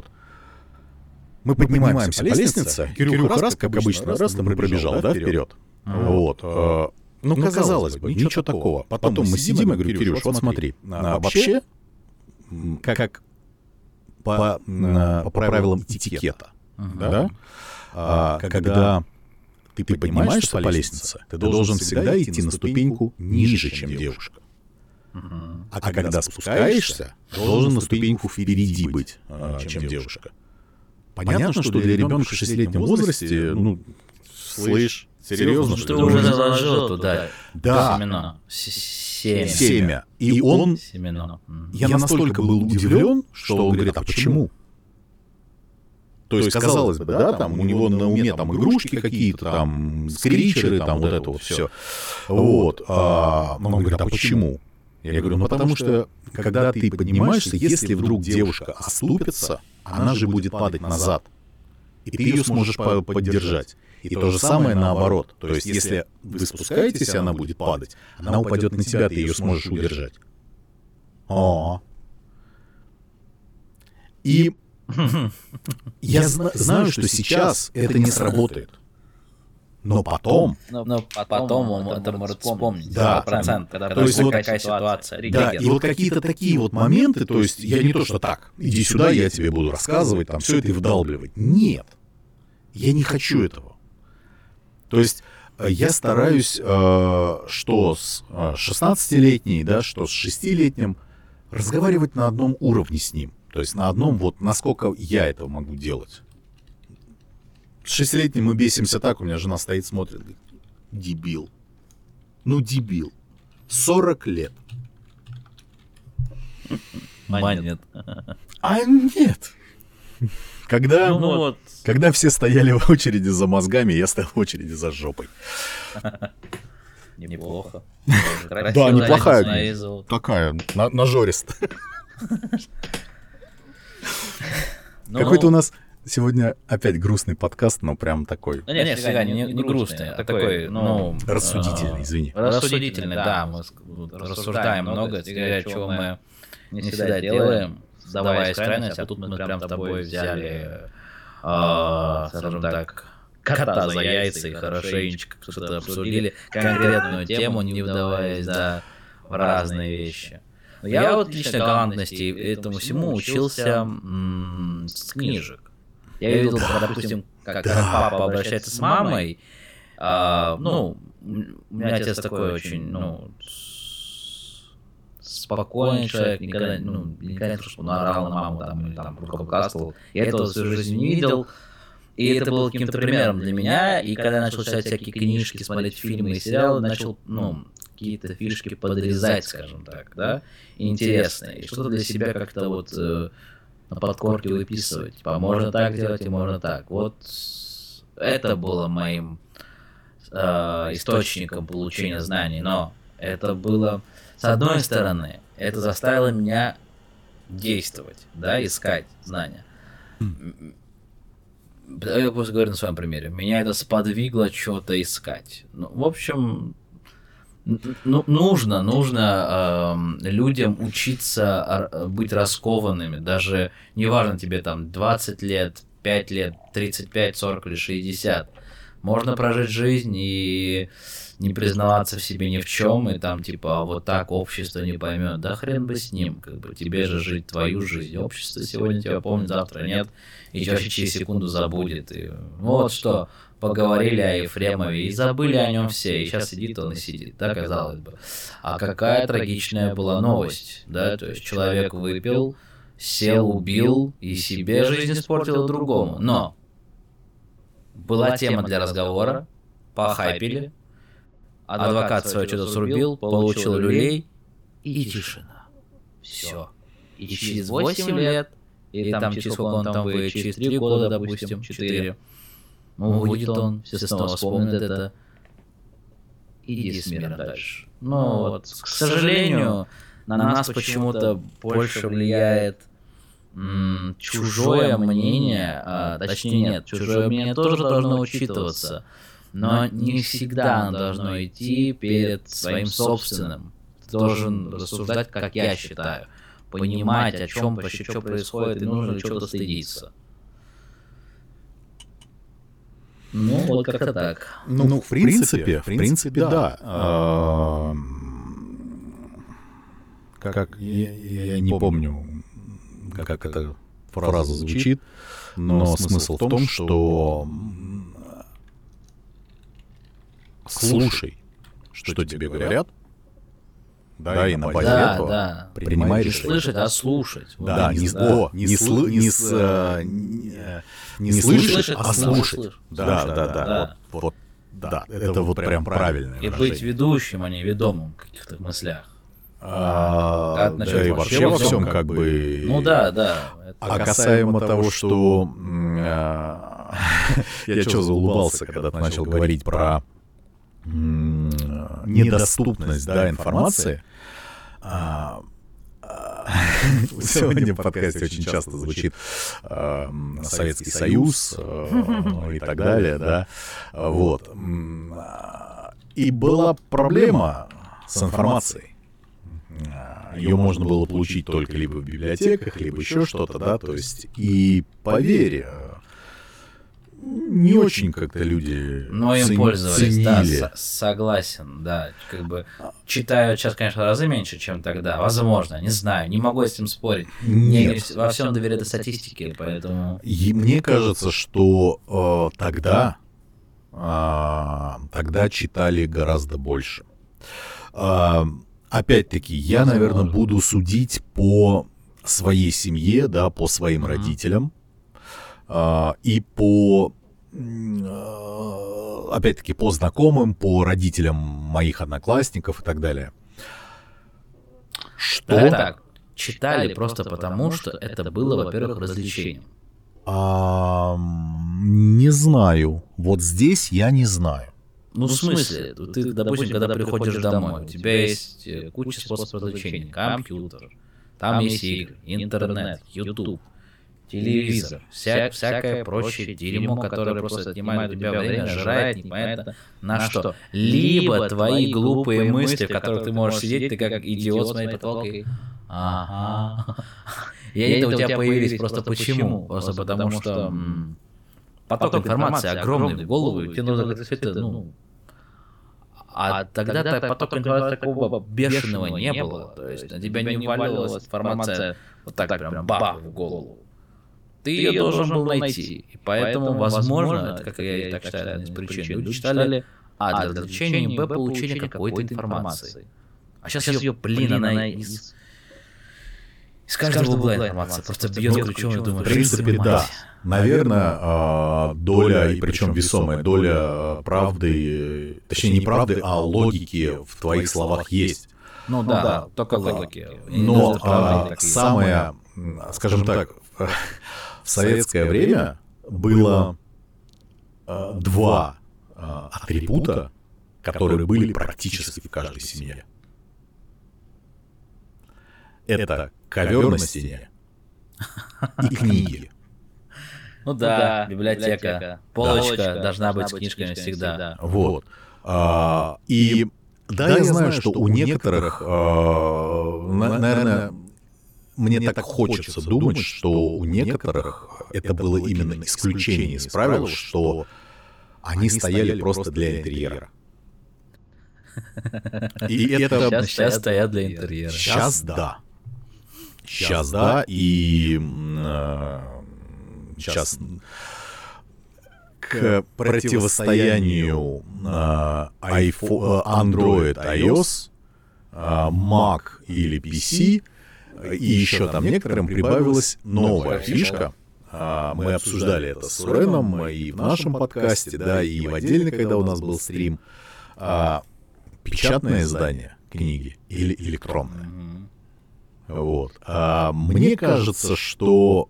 Мы поднимаемся по лестнице, Кирюха раз, как обычно, раз, там и пробежал, да, вперед. Mm-hmm. Вот. Э, ну, ну, казалось бы, ничего такого. Потом, Потом мы сидим, я говорю, Кирюш, вот смотри, а, вообще, как, как по, по, по правилам этикета, uh-huh. да, а, когда ты поднимаешься по лестнице, ты должен всегда идти на ступеньку ниже, чем девушка. Uh-huh. А, а когда спускаешься, должен на ступеньку впереди быть, а, чем, чем девушка. Понятно, что для ребенка в шестилетнем возрасте, ну, слышь, серьезно, что ты уже заложил туда да. семена. Семя. Семя. И он, Семена. Я настолько был удивлен, что он говорит, а почему? То есть, казалось бы, да, там у него на уме там игрушки какие-то, там скричеры, там вот это вот все. Вот. А он говорит, а почему? Я говорю, ну потому что, когда ты поднимаешься, если вдруг девушка оступится, она же будет падать назад. И ты ее сможешь поддержать. И то же самое наоборот. То есть, если вы спускаетесь, и она будет падать, она упадет на тебя, ты ее сможешь удержать. О. И я зна- знаю, что сейчас это не сработает. Но потом... Но, но потом он это может вспомнить. Да, процент, когда то есть вот такая ситуация. Да, и вот какие-то такие вот моменты, то есть я не то, что так, иди сюда, я тебе буду рассказывать, там все это и вдалбливать. Нет. Я не хочу этого. То есть я стараюсь, э, что с шестнадцатилетней, да, что с шестилетним, разговаривать на одном уровне с ним. То есть на одном, вот насколько я это могу делать. С шестилетним мы бесимся так, у меня жена стоит, смотрит, говорит, дебил. Ну, дебил. сорок лет. Мань нет. А нет. Когда, ну, ну, вот. когда все стояли в очереди за мозгами, я стоял в очереди за жопой. Неплохо. Да, неплохая. Такая, нажористая. Какой-то у нас сегодня опять грустный подкаст, но прям такой... Ну, нет, фига, не, не грустный, а такой, ну... Рассудительный, извини. Рассудительный, да, мы рассуждаем много, чего мы не всегда делаем, сдаваясь крайность, а тут мы прям с тобой взяли, скажем так, кота за яйца и хорошенечко что-то обсудили, конкретную тему, не вдаваясь, да, в разные вещи. Я, я вот лично галантности этому всему учился м- с книжек. Я видел, когда, допустим, как, как папа обращается с мамой. А, ну, у меня отец такой очень, ну, спокойный человек, никогда, ну, никогда не слышал, наорал на маму там, или там рукоплескал. Я этого всю жизнь не видел. И это было каким-то примером для меня. И когда я начал читать всякие книжки, смотреть фильмы и сериалы, начал, ну, какие-то фишки подрезать, скажем так, да, интересные. И что-то для себя как-то вот э, на подкорке выписывать. Типа, можно так делать и можно так. Вот это было моим э, источником получения знаний. Но это было, с одной стороны, это заставило меня действовать, да, искать знания. Я просто говорю на своем примере. Меня это сподвигло что-то искать. Ну, в общем, ну, нужно, нужно э, людям учиться быть раскованными. Даже неважно тебе там двадцать лет, пять лет, тридцать пять, сорок или шестьдесят. Можно прожить жизнь и не признаваться в себе ни в чем, и там типа вот так общество не поймет. Да хрен бы с ним, как бы тебе же жить твою жизнь. Общество сегодня тебя помнит, завтра нет, и вообще через секунду забудет. И вот что, поговорили о Ефремове и забыли о нем все, и сейчас сидит он и сидит, да, казалось бы. А какая трагичная была новость, да, то есть человек выпил, сел, убил, и себе жизнь испортил, и другому. Но была тема для разговора, похайпили, адвокат свое что-то срубил, получил люлей, и тишина. Все. И через восемь лет, или там через сколько он там выйдет, через три года, допустим, четыре, ну, выйдет он, все снова вспомнят это, иди с миром дальше. Ну вот, к сожалению, на нас почему-то больше влияет м- чужое мнение, а, точнее нет, чужое мнение тоже должно учитываться, но не всегда оно должно идти перед своим собственным. Ты должен рассуждать, как я считаю, понимать, о чем вообще что происходит, и нужно ли чего-то стыдиться. Ну, вот как-то так. Ну, ну в принципе, в принципе, да. А, как, я, я не помню, как эта фраза звучит, но смысл в том, что слушай, что тебе говорят, да, и на базе да, этого да. принимай не решение. Слышать, а слушать. Да, не, да. не, сл- не, с, не, не, не слышать, а слушать. Да, да, да. да. Вот, вот, да. Это, это вот прям правильное И выражение. быть ведущим, а не ведомым в каких-то мыслях. А, да, да и вообще во всем как бы... Ну да, да. А касаемо того, что... Я что заулыбался, когда ты начал говорить про недоступность, да, информации. А, а, сегодня в подкасте очень часто звучит а, Советский Союз а, и так далее, да. Вот. И была проблема с информацией. Ее можно было получить только либо в библиотеках, либо еще что-то, да, то есть, и поверь, не очень как-то люди но им цени, пользовались, ценили. Да, согласен, да, как бы читают сейчас, конечно, разы меньше, чем тогда, возможно, не знаю, не могу с этим спорить. Нет. Я во всем доверяю статистике, поэтому... И мне кажется, что э, тогда, э, тогда читали гораздо больше. Э, опять-таки, я, наверное, буду судить по своей семье, да, по своим mm-hmm. родителям. Uh, и по, uh, опять-таки, по знакомым, по родителям моих одноклассников и так далее. Что? Да, так, читали просто потому, что это было, во-первых, развлечением. Uh, не знаю. Вот здесь я не знаю. Ну, в смысле? Ты, допустим, когда приходишь домой, у тебя есть куча способов развлечения. Компьютер, там есть игры, интернет, YouTube. Телевизор, вся, всякое прочее дерьмо, которое просто отнимает у тебя время, жрает непонятно на что. Либо твои глупые мысли, в которых ты можешь сидеть, ты как идиот смотреть потолок и... Ага. И это у тебя появились просто почему? Просто потому что поток информации огромный в голову, и тебе нужно как-то все это, ну... А тогда поток информации такого бешеного не было. То есть на тебя не валилась информация вот так прям бах в голову. Ты ее, ее должен был найти. И поэтому, возможно, это, как я и так считаю, одна из причин, люди читали А для развлечения, Б получения какой-то информации. А сейчас, сейчас ее, блин, она, она из... из каждого угла информация просто бьет ключом и думаешь, в принципе, да. Наверное, доля, и причем весомая доля правды, точнее не правды, а логики в твоих словах есть. Ну да, да только логики. Но а, самое, скажем так, в советское время было а, два а, атрибута, которые были практически в каждой семье. Это ковер на стене и книги. Ну да, библиотека, полочка должна быть с книжками всегда. Вот. А, и да, я знаю, что у некоторых, а, наверное, мне так хочется думать, что у некоторых это было именно исключение из правил, что они стояли просто для интерьера. И это... Сейчас, сейчас стоят для интерьера. Сейчас да. Сейчас да, и э, сейчас к противостоянию э, iPhone, Android, iOS, э, Mac или пи си, и еще там некоторым прибавилась новая фишка. Э, мы обсуждали это с Уреном и в нашем подкасте, да, и в отдельно, когда у нас был стрим. Э, печатное издание книги или электронное. Вот. А, мне кажется, что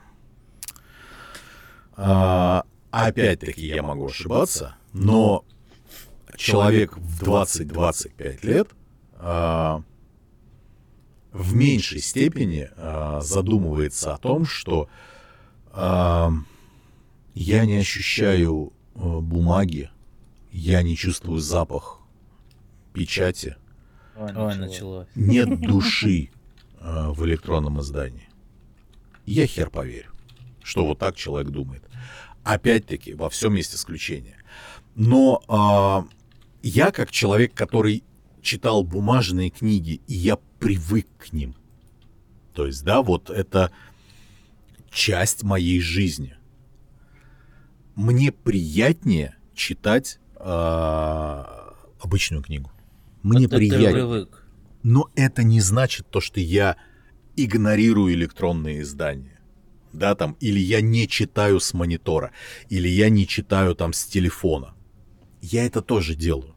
а, опять-таки я могу ошибаться, но человек в двадцать-двадцать пять лет а, в меньшей степени а, задумывается о том, что а, я не ощущаю а, бумаги, я не чувствую запах печати, Ой, Ой, началось. Нет души э, в электронном издании. Я хер поверю, что вот так человек думает. Опять-таки, во всем есть исключение. Но э, я, как человек, который читал бумажные книги, и я привык к ним. То есть, да, вот это часть моей жизни. Мне приятнее читать э, обычную книгу. Мне это приятнее. Но это не значит то, что я игнорирую электронные издания. Да, там, или я не читаю с монитора, или я не читаю там с телефона. Я это тоже делаю.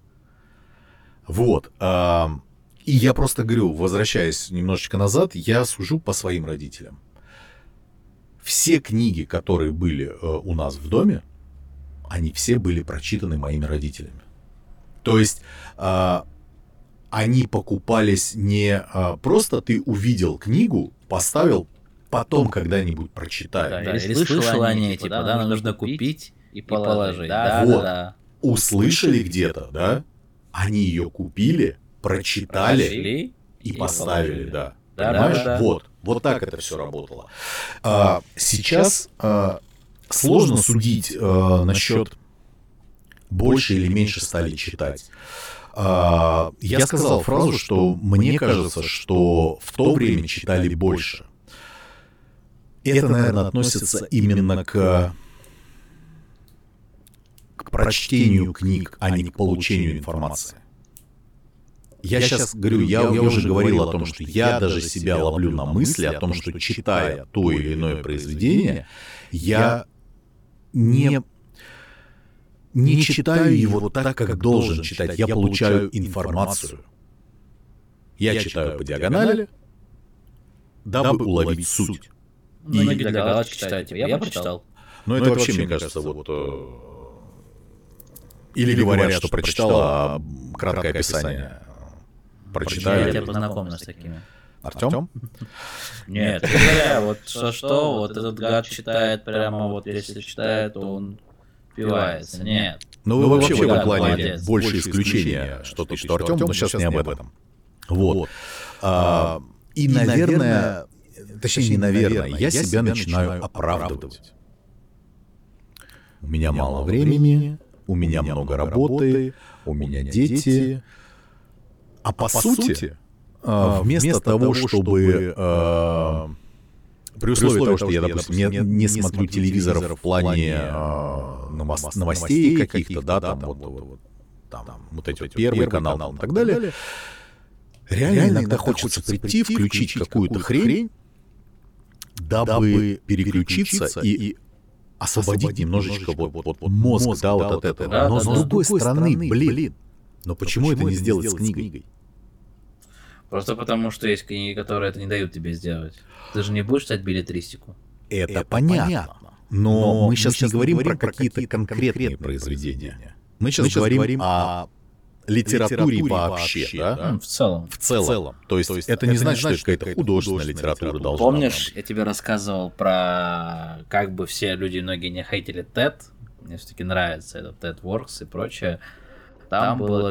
Вот. А, и я просто говорю, возвращаясь немножечко назад, я сужу по своим родителям. Все книги, которые были а, у нас в доме, они все были прочитаны моими родителями. То есть а, они покупались не а, просто ты увидел книгу, поставил, потом когда-нибудь прочитаю. Да, или, или слышал они, типа, да, да, нужно купить и положить. Да, вот. Да, да. Услышали где-то, да, они ее купили, прочитали Прочли, и поставили, и да. да. Понимаешь? Да, да, да. Вот, вот так это все работало. А, сейчас а, сложно судить а, насчет больше или меньше стали читать. А, я сказал фразу, что мне кажется, что в то время читали больше. Это, наверное, относится именно к, к прочтению книг, а не к получению информации. Я сейчас говорю, я, я уже говорил о том, что я даже себя ловлю на мысли о том, что, читая то или иное произведение, я не... не читаю его так, как должен читать. Я получаю информацию. Я читаю по диагонали, дабы уловить суть. И... Многие для галочки читают. Я, я прочитал. Но это, это вообще, мне кажется, вот... Или, Или говорят, что прочитал, а краткое описание прочитаю. Я тебя познакомлю с такими. Артём? Нет, говоря, вот что, что, вот этот гад читает прямо, вот если читает, то он... пивается. Нет. Ну, вы вообще в этом плане больше исключения, что ты, что Артём, но сейчас не об этом. Вот. А, и, наверное, точнее, не наверное, я себя начинаю оправдывать. У меня мало времени, у меня много работы, у меня дети. А по сути, вместо того, чтобы... При условии того, что я, допустим, не, не смотрю телевизор в плане э, новостей каких-то, да, там, вот, вот, там, вот эти вот первый канал, канал и так далее, реально иногда хочется прийти, включить какую-то хрень, дабы переключиться и освободить немножечко вот, вот, вот мозг, да, вот от этого. Да, но да, с да. другой стороны, блин, но почему это не сделать с книгой? Просто потому, что есть книги, которые это не дают тебе сделать. Ты же не будешь читать билетристику. Это, это понятно. понятно. Но, Но мы сейчас не говорим про какие-то конкретные произведения. Мы сейчас, мы сейчас говорим, говорим о литературе вообще, да? да? В целом. В целом. В целом. То, есть, То есть это не значит, что это какая-то художественная литература, литература должна быть. Помнишь, быть. Я тебе рассказывал про как бы все люди, многие не хейтили Тед. Мне все-таки нравится этот TEDworks и прочее. Там, Там было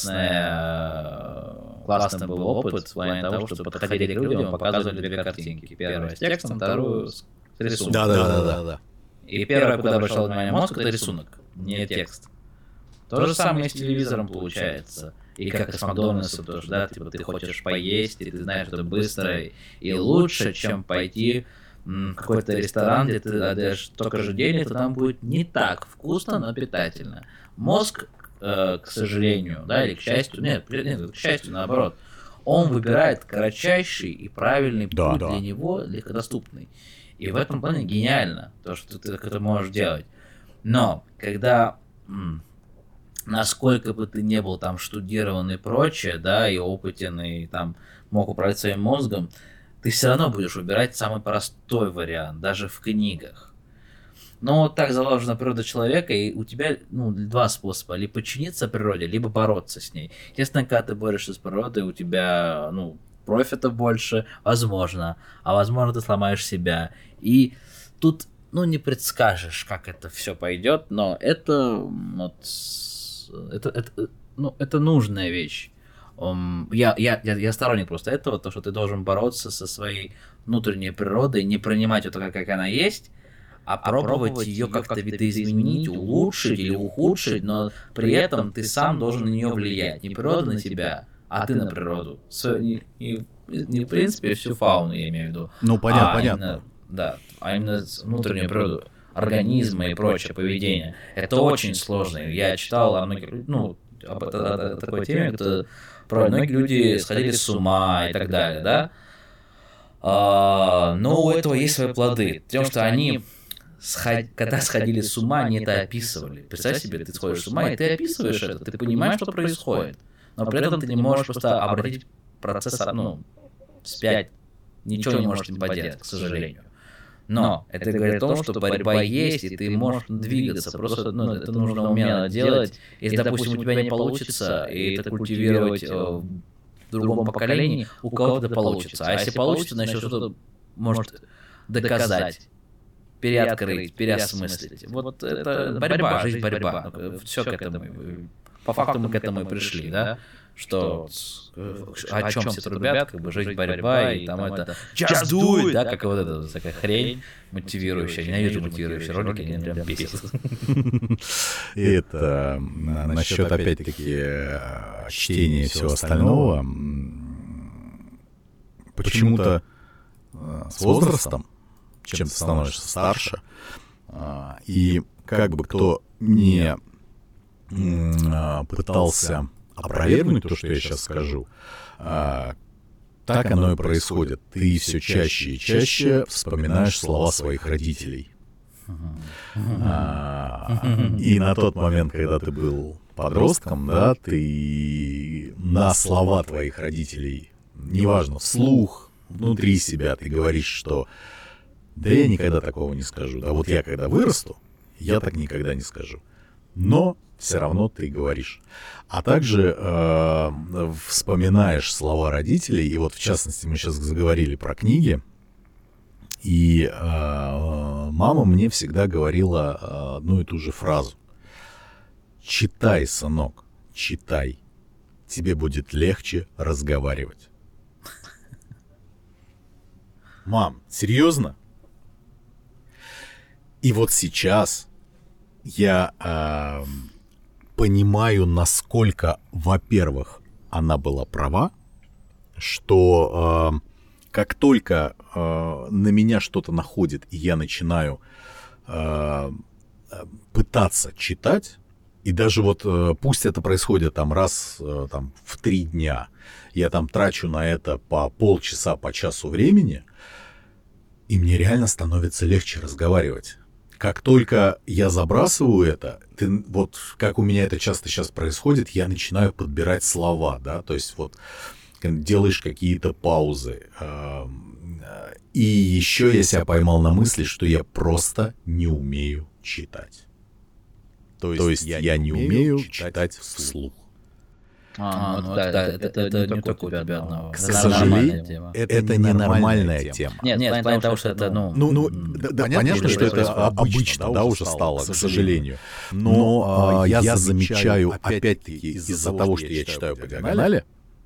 классное, классный был опыт в плане того, что подходили к людям и показывали две картинки. Первая с текстом, вторую с рисунком. Да, да, да, да, да. И первое, куда обращал внимание мозг, это рисунок, не текст. То же самое с телевизором получается. И как и с Макдональдсом тоже, да, типа ты хочешь поесть, и ты знаешь, что это быстро и лучше, чем пойти в какой-то ресторан, где ты отдаешь столько же денег, то там будет не так вкусно, но питательно. Мозг, э, к сожалению, да, или к счастью, нет, нет, к счастью, наоборот, он выбирает кратчайший и правильный да, путь да. для него, легкодоступный. И в этом плане гениально, то, что ты это можешь делать. Но, когда... М- насколько бы ты не был там штудирован и прочее, да, и опытен, и там мог управлять своим мозгом, ты все равно будешь выбирать самый простой вариант, даже в книгах. Но вот так заложена природа человека, и у тебя, ну, два способа: либо подчиниться природе, либо бороться с ней. Естественно, когда ты борешься с природой, у тебя, ну, профита больше, возможно, а возможно, ты сломаешь себя. И тут, ну, не предскажешь, как это все пойдет, но это вот... Это, это, ну, это нужная вещь. Um, я, я, я, я сторонник просто этого, то, что ты должен бороться со своей внутренней природой, не принимать ее такая, как она есть, а, а пробовать, пробовать ее как-то видоизменить, улучшить или ухудшить, но при этом ты сам должен на нее влиять. Не природа на тебя, а ты на природу. С, не, не, не в принципе всю фауну, я имею в виду. Ну, понятно, а понятно. Именно, да, а именно внутреннюю природу организма и прочее поведение. Это очень сложно. Я читал о многих, ну, об, о, о, о такой теме, это про многие люди сходили с ума и так далее, да. А, но у этого есть свои плоды. Тем, что они, сход... когда сходили с ума, они это описывали. Представь себе, ты сходишь с ума, и ты описываешь это, ты понимаешь, что происходит. Но при этом ты не можешь просто обратить процесс, ну, вспять. Ничего не можешь с ним поделать, к сожалению. Но это говорит о том, что борьба есть, и ты можешь двигаться. Просто, ну, это нужно умело делать. Если, допустим, у тебя не получится, и это культивировать в другом поколении, у кого-то это получится. А если получится, значит, что-то может доказать, переоткрыть, переосмыслить. Вот это борьба, жизнь борьба. Все к этому. По факту мы к этому и пришли, да? Что о чем все трубят, как бы жизнь борьба, и там это just do it, да, как вот эта такая хрень мотивирующая. Ненавижу мотивирующие ролики, они прям бесят. И это насчет, опять-таки, чтения и всего остального. Почему-то с возрастом, чем ты становишься старше, и как бы кто не пытался опровергнуть то, что я сейчас скажу, а, так оно и происходит. Ты все чаще и чаще вспоминаешь слова своих родителей. А, и на тот момент, когда ты был подростком, да, ты на слова твоих родителей, неважно, вслух, внутри себя, ты говоришь, что да я никогда такого не скажу. Да вот я когда вырасту, я так никогда не скажу. Но все равно ты говоришь. А также э, вспоминаешь слова родителей. И вот, в частности, мы сейчас заговорили про книги. И э, мама мне всегда говорила одну и ту же фразу. Читай, сынок, читай. Тебе будет легче разговаривать. Мам, серьезно? И вот сейчас я... Э, понимаю, насколько, во-первых, она была права, что э, как только э, на меня что-то находит, и я начинаю э, пытаться читать, и даже вот э, пусть это происходит там раз э, там, в три дня, я там трачу на это по полчаса, по часу времени, и мне реально становится легче разговаривать. Как только я забрасываю это, ты, вот как у меня это часто сейчас происходит, я начинаю подбирать слова, да, то есть вот делаешь какие-то паузы. И еще я себя поймал на мысли, что я просто не умею читать. То есть, то есть я, я не умею читать, читать вслух. А, ну, да, это, это, это, это не только у тебя одного. К сожалению, это, это не нормальная тема. Нет, нет, в плане того, что это, ну... Ну, ну да, да, понятно, понятно, что это обычно, да, уже стало, к сожалению. Но а, я замечаю, опять-таки, из-за того, что я читаю по диагонали,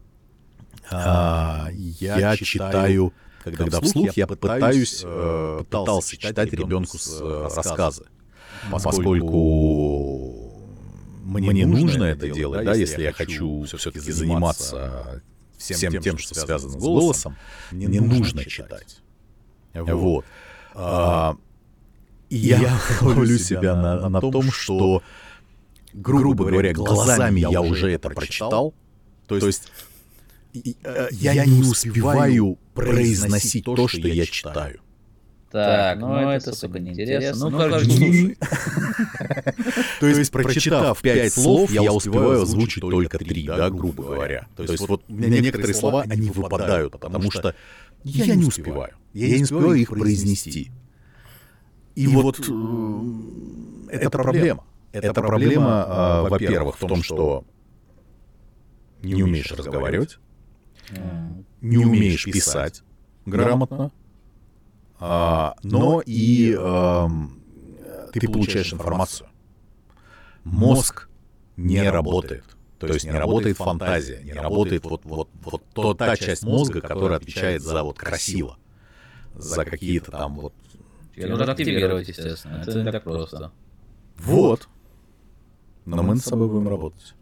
а, я читаю, когда вслух я пытаюсь, пытался читать ребенку с рассказы, поскольку... Мне нужно это делать, да, если я хочу все-таки заниматься всем тем, что связано с голосом, мне нужно читать. Вот. А, и я ловлю себя на, на том, что, грубо говоря, глазами я уже это прочитал, то есть я не успеваю произносить то, что я читаю. Так, ну, ну это, сука, неинтересно. Ну, короче... То есть, прочитав пять слов, я успеваю озвучить только три, да, грубо говоря. То есть, вот у меня некоторые слова, они выпадают, потому что я не успеваю. Я не успеваю их произнести. И вот это проблема. Это проблема, во-первых, в том, что не умеешь разговаривать, не умеешь писать грамотно, А, но и э, ты получаешь информацию. Мозг не работает. То есть не работает фантазия, не работает вот, вот, вот, вот та часть мозга, которая отвечает за вот красиво, за какие-то там вот... Ее нужно активировать, естественно. Это не так просто. Вот. Но мы над собой будем работать.